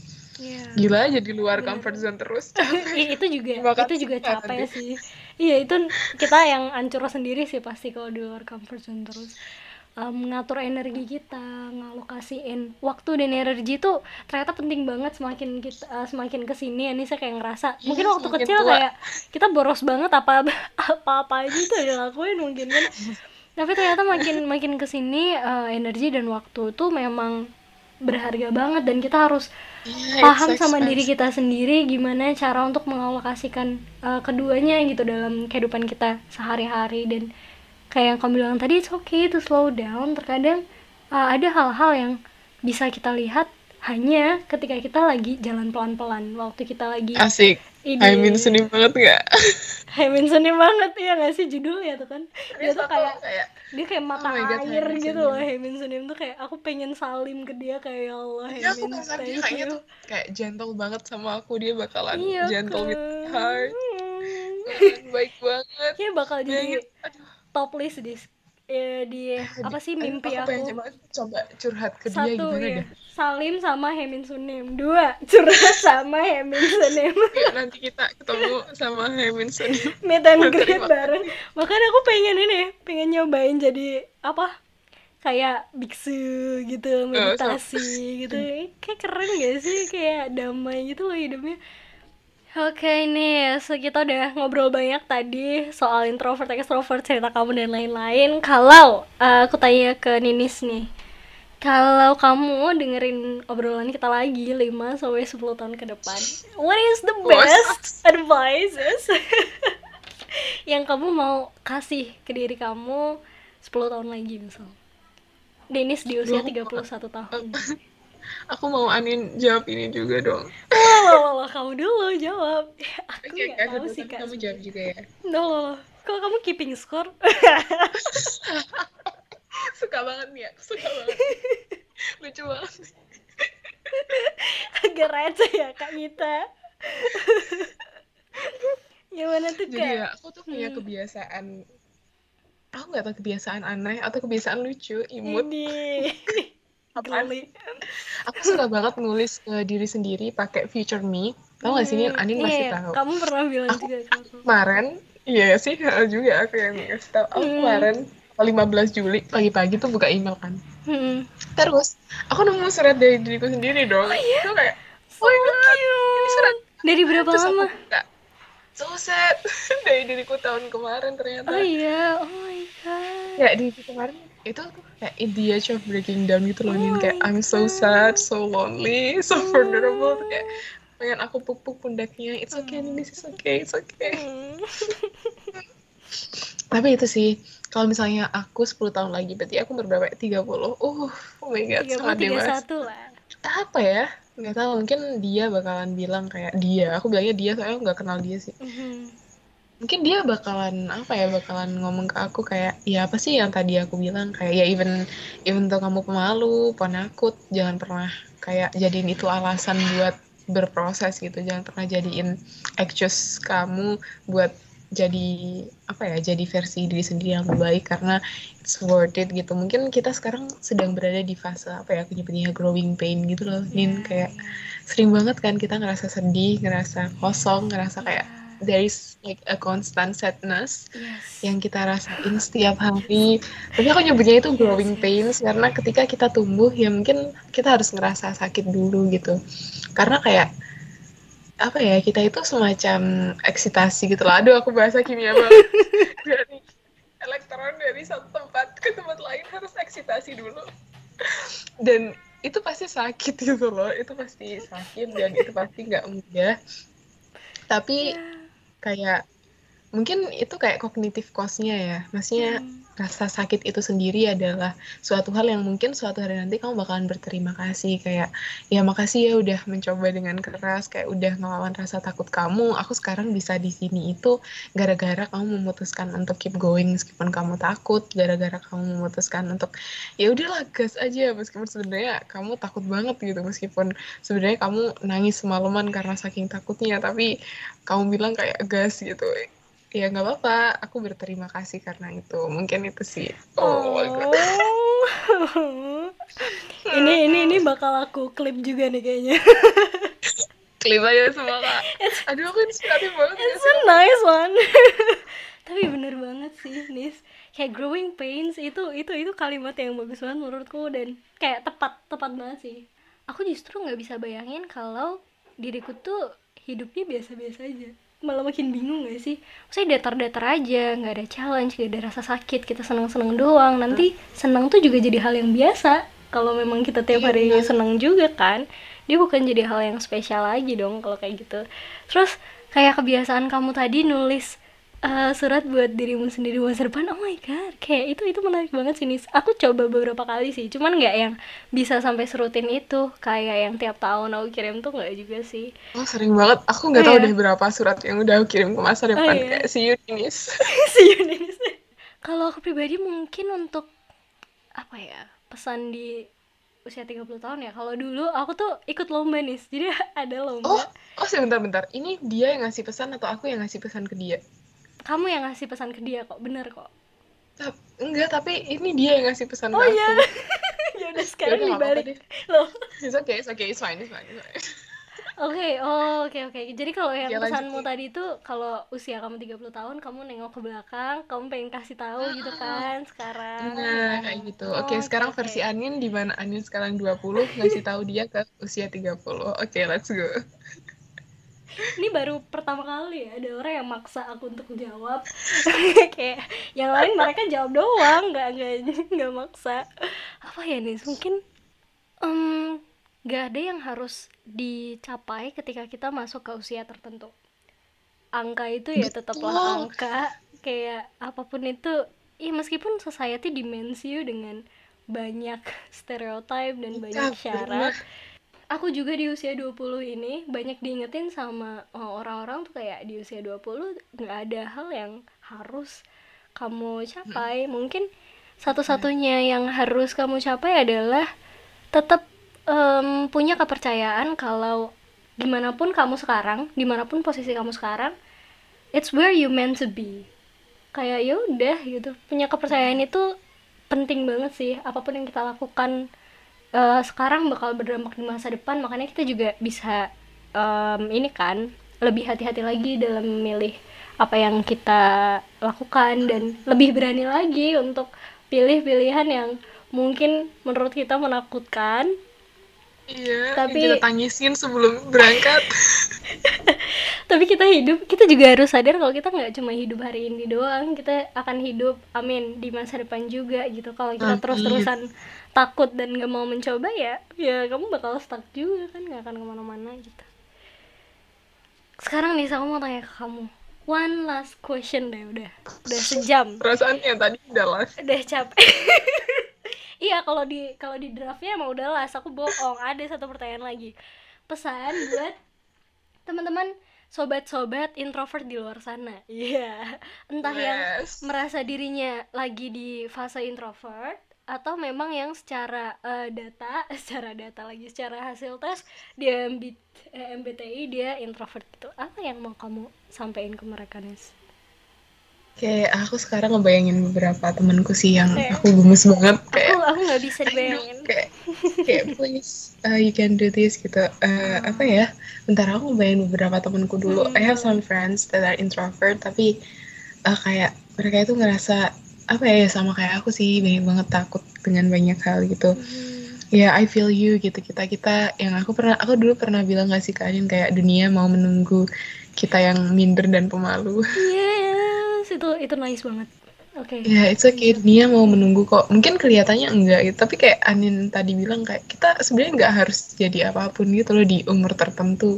[SPEAKER 2] Gila aja di luar comfort zone terus.
[SPEAKER 1] itu juga capek sih. Iya, itu kita yang ancur sendiri sih pasti kalau di luar comfort zone terus. Mengatur energi kita, ngalokasiin waktu dan energi itu ternyata penting banget. Semakin kesini ini saya kayak ngerasa mungkin waktu kecil kayak kita boros banget, apa aja itu udah lakuin mungkin kan. Tapi ternyata makin kesini energi dan waktu itu memang berharga banget, dan kita harus paham sama diri kita sendiri gimana cara untuk mengalokasikan keduanya gitu dalam kehidupan kita sehari-hari. Dan kayak yang kamu bilang tadi, it's okay to slow down. Terkadang ada hal-hal yang bisa kita lihat hanya ketika kita lagi jalan pelan-pelan, waktu kita lagi
[SPEAKER 2] asik. Haimin Sunim banget gak?
[SPEAKER 1] Haimin Sunim banget, ya gak sih judulnya tuh kan? Dia tuh kayak dia kayak mata air gitu loh. Haimin Sunim tuh kayak aku pengen salim ke dia, kayak ya Allah Haimin, thank you.
[SPEAKER 2] Kayak gentle banget sama aku, dia bakalan gentle with heart. Baik banget.
[SPEAKER 1] Kayak bakal jadi top list di apa sih mimpi aku.
[SPEAKER 2] Pengen coba curhat ke dia gimana deh.
[SPEAKER 1] Salim sama Haimin Sunim. 2, curhat sama Haimin Sunim.
[SPEAKER 2] Nanti kita ketemu sama Haimin Sunim,
[SPEAKER 1] meet and greet bareng. Makanya aku pengen nyobain jadi apa, kayak biksu gitu, meditasi gitu. Kayak keren gak sih, kayak damai gitu loh hidupnya. Oke, nih kita udah ngobrol banyak tadi soal introvert, extrovert, cerita kamu dan lain-lain. Kalau aku tanya ke Ninis nih, kalau kamu dengerin obrolan kita lagi 5-10 tahun ke depan, what is the best advices yang kamu mau kasih ke diri kamu 10 tahun lagi misal? Ninis di usia 31 tahun.
[SPEAKER 2] Aku mau Anin jawab ini juga dong.
[SPEAKER 1] Loh, kamu dulu jawab. Aku nggak tahu sih Kak.
[SPEAKER 2] Kamu jawab juga ya.
[SPEAKER 1] Loh, kok kamu keeping score?
[SPEAKER 2] Suka banget nih ya, lucu banget.
[SPEAKER 1] Agak receh ya Kak Gita. Gimana tuh Kak?
[SPEAKER 2] Jadi ya, aku tuh punya kebiasaan, aku nggak tahu kebiasaan aneh atau kebiasaan lucu, imut. Aku suka banget nulis ke diri sendiri pakai Future Me. Tahu nggak sih ini? Anin pasti tahu.
[SPEAKER 1] Kamu pernah bilang juga
[SPEAKER 2] kemarin. Iya sih, juga aku yang ngasih tahu. Aku kemarin 15 Juli pagi-pagi tuh buka email kan. Terus aku nemu surat dari diriku sendiri dong.
[SPEAKER 1] Oh iya?
[SPEAKER 2] Itu kayak, oh my god, ini surat
[SPEAKER 1] Dari berapa
[SPEAKER 2] Terus aku
[SPEAKER 1] lama?
[SPEAKER 2] buka, so sad. Dari diriku tahun kemarin
[SPEAKER 1] Oh
[SPEAKER 2] ternyata.
[SPEAKER 1] iya, oh my god.
[SPEAKER 2] Kayak diriku kemarin itu tuh kayak in the edge of breaking down gitu loh,
[SPEAKER 1] Oh
[SPEAKER 2] Nin. Kayak
[SPEAKER 1] my
[SPEAKER 2] I'm so sad,
[SPEAKER 1] god.
[SPEAKER 2] so lonely, so vulnerable. Tuh kayak pengen aku puk-puk pundaknya. It's okay, Nin, this is okay, it's okay. Tapi itu sih, kalau misalnya aku 10 tahun lagi, berarti aku berberapa? 30. Oh my god,
[SPEAKER 1] Tiga puluh
[SPEAKER 2] sangat
[SPEAKER 1] tiga
[SPEAKER 2] dewasa.
[SPEAKER 1] satu lah.
[SPEAKER 2] Apa ya? Nggak tahu, mungkin dia bakalan bilang kayak dia. Aku bilangnya dia, soalnya nggak kenal dia sih.
[SPEAKER 1] Mhm.
[SPEAKER 2] Mungkin dia bakalan, apa ya, bakalan ngomong ke aku kayak, ya apa sih yang tadi aku bilang? Kayak, ya even though kamu pemalu, penakut, jangan pernah kayak jadiin itu alasan buat berproses gitu. Jangan pernah jadiin excuse kamu buat jadi apa ya, jadi versi diri sendiri yang lebih baik, karena it's worth it gitu. Mungkin kita sekarang sedang berada di fase apa ya, aku nyebutnya growing pain gitu loh,
[SPEAKER 1] Ya,
[SPEAKER 2] Nin. Kayak
[SPEAKER 1] ya.
[SPEAKER 2] sering banget kan kita ngerasa sedih, ngerasa kosong, ngerasa
[SPEAKER 1] Ya.
[SPEAKER 2] kayak there is like a constant sadness
[SPEAKER 1] Yes.
[SPEAKER 2] yang kita rasain setiap hari. Tapi aku nyebutnya itu
[SPEAKER 1] Yes,
[SPEAKER 2] growing pains,
[SPEAKER 1] yes.
[SPEAKER 2] karena ketika kita tumbuh ya mungkin kita harus ngerasa sakit dulu gitu. Karena kayak apa ya, kita itu semacam eksitasi gitu lah. Aduh, aku bahasa kimia banget. Dari elektron dari satu tempat ke tempat lain harus eksitasi dulu. Dan itu pasti sakit gitu loh. Itu pasti sakit dan itu pasti nggak mudah. Tapi
[SPEAKER 1] Ya.
[SPEAKER 2] kayak mungkin itu kayak cognitive cost-nya ya. Maksudnya
[SPEAKER 1] Mhm.
[SPEAKER 2] rasa sakit itu sendiri adalah suatu hal yang mungkin suatu hari nanti kamu bakalan berterima kasih. Kayak, ya makasih ya udah mencoba dengan keras, kayak udah ngelawan rasa takut kamu. Aku sekarang bisa di sini itu gara-gara kamu memutuskan untuk keep going meskipun kamu takut, gara-gara kamu memutuskan untuk ya udahlah gas aja meskipun sebenarnya kamu takut banget gitu, meskipun sebenarnya kamu nangis semalaman karena saking takutnya, tapi kamu bilang kayak gas gitu. Ya nggak apa-apa, aku berterima kasih karena itu. Mungkin itu sih. Oh my god.
[SPEAKER 1] Oh. Ini bakal aku klip juga nih kayaknya.
[SPEAKER 2] Klip aja semua kak.
[SPEAKER 1] It's
[SPEAKER 2] Aduh, aku inspiratif banget gak
[SPEAKER 1] it's
[SPEAKER 2] sih?
[SPEAKER 1] a
[SPEAKER 2] Oh my
[SPEAKER 1] nice
[SPEAKER 2] god.
[SPEAKER 1] one. Tapi bener banget sih, Nis. Kayak growing pains itu kalimat yang bagus banget menurutku dan kayak tepat tepat banget sih. Aku justru nggak bisa bayangin kalau diriku tuh hidupnya biasa-biasa aja. Malah makin bingung gak sih? Maksudnya datar-datar aja, nggak ada challenge, nggak ada rasa sakit, kita seneng-seneng doang. Nanti seneng tuh juga jadi hal yang biasa. Kalau memang kita tiap
[SPEAKER 2] Iya
[SPEAKER 1] hari
[SPEAKER 2] benar.
[SPEAKER 1] seneng juga kan, dia bukan jadi hal yang spesial lagi dong kalau kayak gitu. Terus kayak kebiasaan kamu tadi nulis surat buat dirimu sendiri masa depan, oh my god, kayak itu menarik banget sih Nis. Aku coba beberapa kali sih, cuman nggak yang bisa sampai serutin itu kayak yang tiap tahun aku kirim tuh, nggak juga sih.
[SPEAKER 2] Oh sering banget. Aku
[SPEAKER 1] Oh
[SPEAKER 2] nggak tahu deh
[SPEAKER 1] ya,
[SPEAKER 2] berapa surat yang udah aku kirim ke masa
[SPEAKER 1] oh
[SPEAKER 2] depan.
[SPEAKER 1] ya.
[SPEAKER 2] Kayak see you Dinis.
[SPEAKER 1] See you Nis. Kalau aku pribadi mungkin untuk apa ya, pesan di usia 30 tahun ya, kalau dulu aku tuh ikut lomba nih, jadi ada
[SPEAKER 2] Oh,
[SPEAKER 1] lomba.
[SPEAKER 2] oh sebentar-bentar. Ini dia yang ngasih pesan atau aku yang ngasih pesan ke dia?
[SPEAKER 1] Kamu yang ngasih pesan ke dia kok, bener kok.
[SPEAKER 2] Enggak, tapi ini dia yang ngasih pesan
[SPEAKER 1] Oh
[SPEAKER 2] ke
[SPEAKER 1] iya.
[SPEAKER 2] aku.
[SPEAKER 1] Ya udah
[SPEAKER 2] Ya
[SPEAKER 1] sekarang
[SPEAKER 2] udah nggak apa-apa
[SPEAKER 1] dibalik
[SPEAKER 2] deh.
[SPEAKER 1] loh.
[SPEAKER 2] It's okay, it's fine, it's fine, it's fine.
[SPEAKER 1] Oke, oh, oke. Jadi kalau
[SPEAKER 2] Oke,
[SPEAKER 1] yang
[SPEAKER 2] lanjut
[SPEAKER 1] pesanmu
[SPEAKER 2] nih.
[SPEAKER 1] tadi itu kalau usia kamu 30 tahun kamu nengok ke belakang, kamu pengen kasih tahu gitu kan sekarang.
[SPEAKER 2] Nah, kayak gitu. Oke,
[SPEAKER 1] Oh,
[SPEAKER 2] sekarang
[SPEAKER 1] oke.
[SPEAKER 2] versi Anin di mana Anin sekarang 20 ngasih tahu dia ke usia 30. Oke, let's go.
[SPEAKER 1] Ini baru pertama kali ya ada orang yang maksa aku untuk jawab. Kayak yang lain mereka jawab doang, nggak maksa. Apa ya nih? Mungkin nggak ada yang harus dicapai ketika kita masuk ke usia tertentu. Angka itu ya tetaplah
[SPEAKER 2] Betul.
[SPEAKER 1] angka, kayak apapun itu ya, meskipun society demands you dengan banyak stereotype dan
[SPEAKER 2] Iya,
[SPEAKER 1] banyak
[SPEAKER 2] bener.
[SPEAKER 1] syarat. Aku juga di usia 20 ini banyak diingetin sama orang-orang tuh kayak di usia 20 nggak ada hal yang harus kamu capai. Mungkin satu-satunya yang harus kamu capai adalah tetap punya kepercayaan kalau dimanapun kamu sekarang, dimanapun posisi kamu sekarang, it's where you meant to be. Kayak ya udah gitu, punya kepercayaan itu penting banget sih. Apapun yang kita lakukan sekarang bakal berdampak di masa depan, makanya kita juga bisa ini kan lebih hati-hati lagi dalam memilih apa yang kita lakukan dan lebih berani lagi untuk pilih pilihan yang mungkin menurut kita menakutkan,
[SPEAKER 2] Iya, yang kita
[SPEAKER 1] Tapi
[SPEAKER 2] tangisin sebelum berangkat.
[SPEAKER 1] tapi kita juga harus sadar kalau kita nggak cuma hidup hari ini doang, kita akan hidup, amin, di masa depan juga gitu. Kalau kita
[SPEAKER 2] Amin.
[SPEAKER 1] terus-terusan takut dan nggak mau mencoba, ya kamu bakal stuck juga kan, nggak akan kemana-mana gitu. Sekarang nih aku mau tanya ke kamu, one last question deh, udah sejam,
[SPEAKER 2] Perasaannya tadi udah lah.
[SPEAKER 1] udah capek. Iya, kalau di draftnya emang udah las, aku bohong, ada satu pertanyaan lagi. Pesan buat teman-teman, sobat-sobat introvert di luar sana. Iya, entah yang
[SPEAKER 2] Yes.
[SPEAKER 1] merasa dirinya lagi di fase introvert, atau memang yang secara data secara data lagi, secara hasil tes dia MBTI dia introvert gitu. Apa yang mau kamu sampaikan ke mereka, Nes?
[SPEAKER 2] Kayak aku sekarang ngebayangin beberapa temanku sih yang
[SPEAKER 1] eh
[SPEAKER 2] aku gemes banget
[SPEAKER 1] aku
[SPEAKER 2] kayak
[SPEAKER 1] aku nggak bisa
[SPEAKER 2] ayo
[SPEAKER 1] dibayangin.
[SPEAKER 2] kayak kayak please you can do this gitu. Apa ya? Bentar aku ngebayangin beberapa temanku dulu. I have
[SPEAKER 1] Boleh.
[SPEAKER 2] some friends that are introvert tapi kayak mereka itu ngerasa apa ya sama kayak aku sih banyak banget takut dengan banyak hal gitu. Ya, I feel you gitu. Kita yang aku dulu pernah bilang gak sih ke Adin kayak dunia mau menunggu kita yang minder dan pemalu.
[SPEAKER 1] Yes, itu nice banget. Oke,
[SPEAKER 2] Ya, it's okay.
[SPEAKER 1] lanjut.
[SPEAKER 2] Dunia mau menunggu kok. Mungkin kelihatannya enggak gitu, tapi kayak Anin tadi bilang kayak kita sebenarnya nggak harus jadi apapun gitu loh di umur tertentu.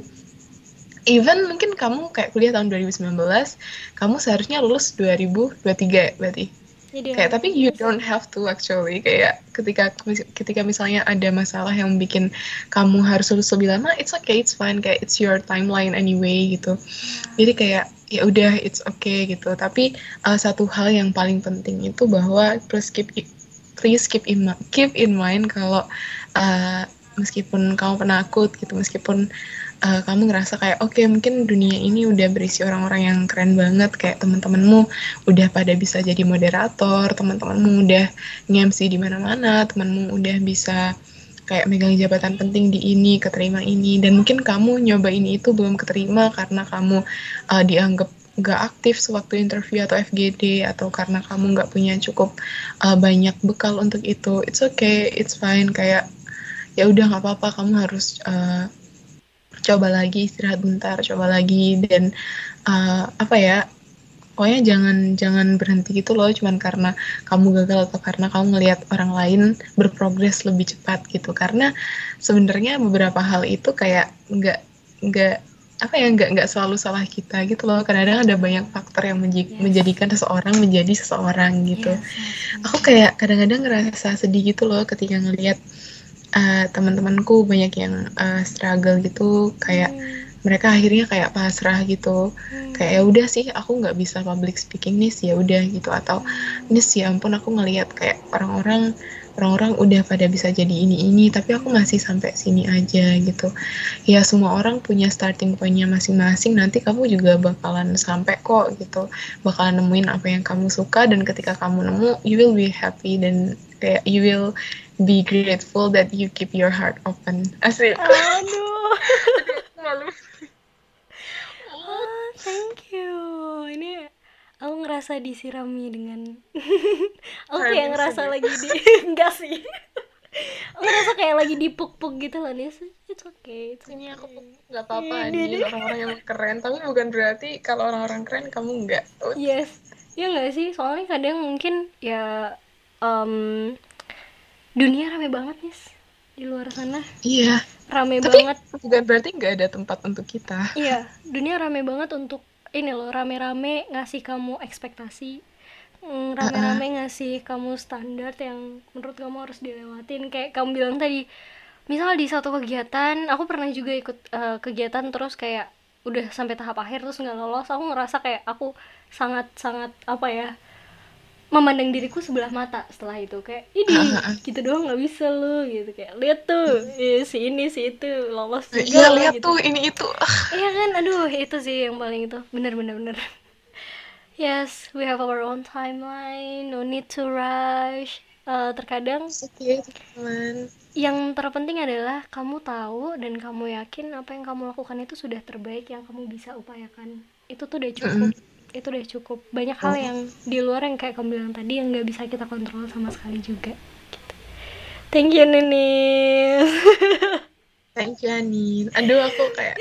[SPEAKER 2] Even mungkin kamu kayak kuliah tahun 2019, kamu seharusnya lulus 2023 ya berarti.
[SPEAKER 1] Jadi
[SPEAKER 2] Kayak tapi you
[SPEAKER 1] yes.
[SPEAKER 2] don't have to actually kayak ketika misalnya ada masalah yang bikin kamu harus lulus lebih lama, it's okay, it's fine, kayak it's your timeline anyway gitu. Jadi kayak ya udah it's okay gitu. Tapi satu hal yang paling penting itu bahwa please keep in mind kalau meskipun kamu penakut gitu, meskipun kamu ngerasa kayak oke, mungkin dunia ini udah berisi orang-orang yang keren banget, kayak teman-temanmu udah pada bisa jadi moderator, teman-temanmu udah nge-MC di mana-mana, temanmu udah bisa kayak megang jabatan penting di ini, keterima ini, dan mungkin kamu nyoba ini itu belum keterima karena kamu dianggap nggak aktif sewaktu interview atau FGD, atau karena kamu nggak punya cukup banyak bekal untuk itu. It's okay, it's fine, kayak ya udah nggak apa-apa, kamu harus coba lagi, istirahat bentar, coba lagi, dan apa ya, pokoknya jangan berhenti gitu loh cuman karena kamu gagal atau karena kamu ngelihat orang lain berprogres lebih cepat gitu. Karena sebenarnya beberapa hal itu kayak nggak apa ya, nggak selalu salah kita gitu loh. Kadang-kadang ada banyak faktor yang
[SPEAKER 1] Yes.
[SPEAKER 2] menjadikan seseorang menjadi seseorang gitu.
[SPEAKER 1] Yes, yes,
[SPEAKER 2] Aku
[SPEAKER 1] benar.
[SPEAKER 2] kayak kadang-kadang ngerasa sedih gitu loh ketika ngelihat teman-temanku banyak yang struggle gitu, kayak mereka akhirnya kayak pasrah gitu, kayak ya udah sih aku nggak bisa public speaking nih sih, ya udah gitu, atau ini sih ya ampun aku ngelihat kayak orang-orang udah pada bisa jadi ini tapi aku masih sampai sini aja gitu. Ya semua orang punya starting pointnya masing-masing, nanti kamu juga bakalan sampai kok gitu, bakalan nemuin apa yang kamu suka, dan ketika kamu nemu you will be happy, dan kayak you will be grateful that you keep your heart open. Asik.
[SPEAKER 1] Aduh.
[SPEAKER 2] Aduh, aku malu.
[SPEAKER 1] Ah, thank you. Ini aku ngerasa disirami dengan aku kayak
[SPEAKER 2] Honey
[SPEAKER 1] ngerasa
[SPEAKER 2] sweet.
[SPEAKER 1] lagi di enggak sih. Aku ngerasa kayak lagi dipuk-puk gitu loh, Nis. It's okay, it's
[SPEAKER 2] Sini aku
[SPEAKER 1] okay.
[SPEAKER 2] nggak apa-apa
[SPEAKER 1] Ini
[SPEAKER 2] Adin, orang-orang yang keren, tapi bukan berarti kalau orang-orang keren kamu nggak.
[SPEAKER 1] yes. Ya nggak sih, soalnya kadang mungkin ya em, dunia rame banget nih di luar sana,
[SPEAKER 2] Iya,
[SPEAKER 1] rame
[SPEAKER 2] tapi
[SPEAKER 1] banget.
[SPEAKER 2] bukan berarti nggak ada tempat untuk kita.
[SPEAKER 1] Iya, dunia rame banget untuk ini loh, rame-rame ngasih kamu ekspektasi,
[SPEAKER 2] Uh-uh.
[SPEAKER 1] rame-rame ngasih kamu standar yang menurut kamu harus dilewatin. Kayak kamu bilang tadi, misal di satu kegiatan, aku pernah juga ikut kegiatan terus kayak udah sampai tahap akhir terus nggak lolos, aku ngerasa kayak aku sangat-sangat apa ya, memandang diriku sebelah mata setelah itu, kayak ini
[SPEAKER 2] Uh-uh.
[SPEAKER 1] gitu doang nggak bisa lo gitu, kayak lihat tuh si ini si itu lolos juga
[SPEAKER 2] Iya
[SPEAKER 1] loh
[SPEAKER 2] lihat
[SPEAKER 1] gitu.
[SPEAKER 2] tuh ini itu.
[SPEAKER 1] Iya kan, aduh itu sih yang paling itu, bener bener bener. Yes, we have our own timeline, no need to rush. Terkadang
[SPEAKER 2] Oke teman.
[SPEAKER 1] yang terpenting adalah kamu tahu dan kamu yakin apa yang kamu lakukan itu sudah terbaik yang kamu bisa upayakan. Itu tuh udah cukup.
[SPEAKER 2] Mm-mm.
[SPEAKER 1] Itu udah cukup. Banyak hal
[SPEAKER 2] Oh.
[SPEAKER 1] yang di luar yang kayak kamu bilang tadi yang nggak bisa kita kontrol sama sekali juga. Thank you, Ninis.
[SPEAKER 2] Thank you, Anin. Aduh, aku kayak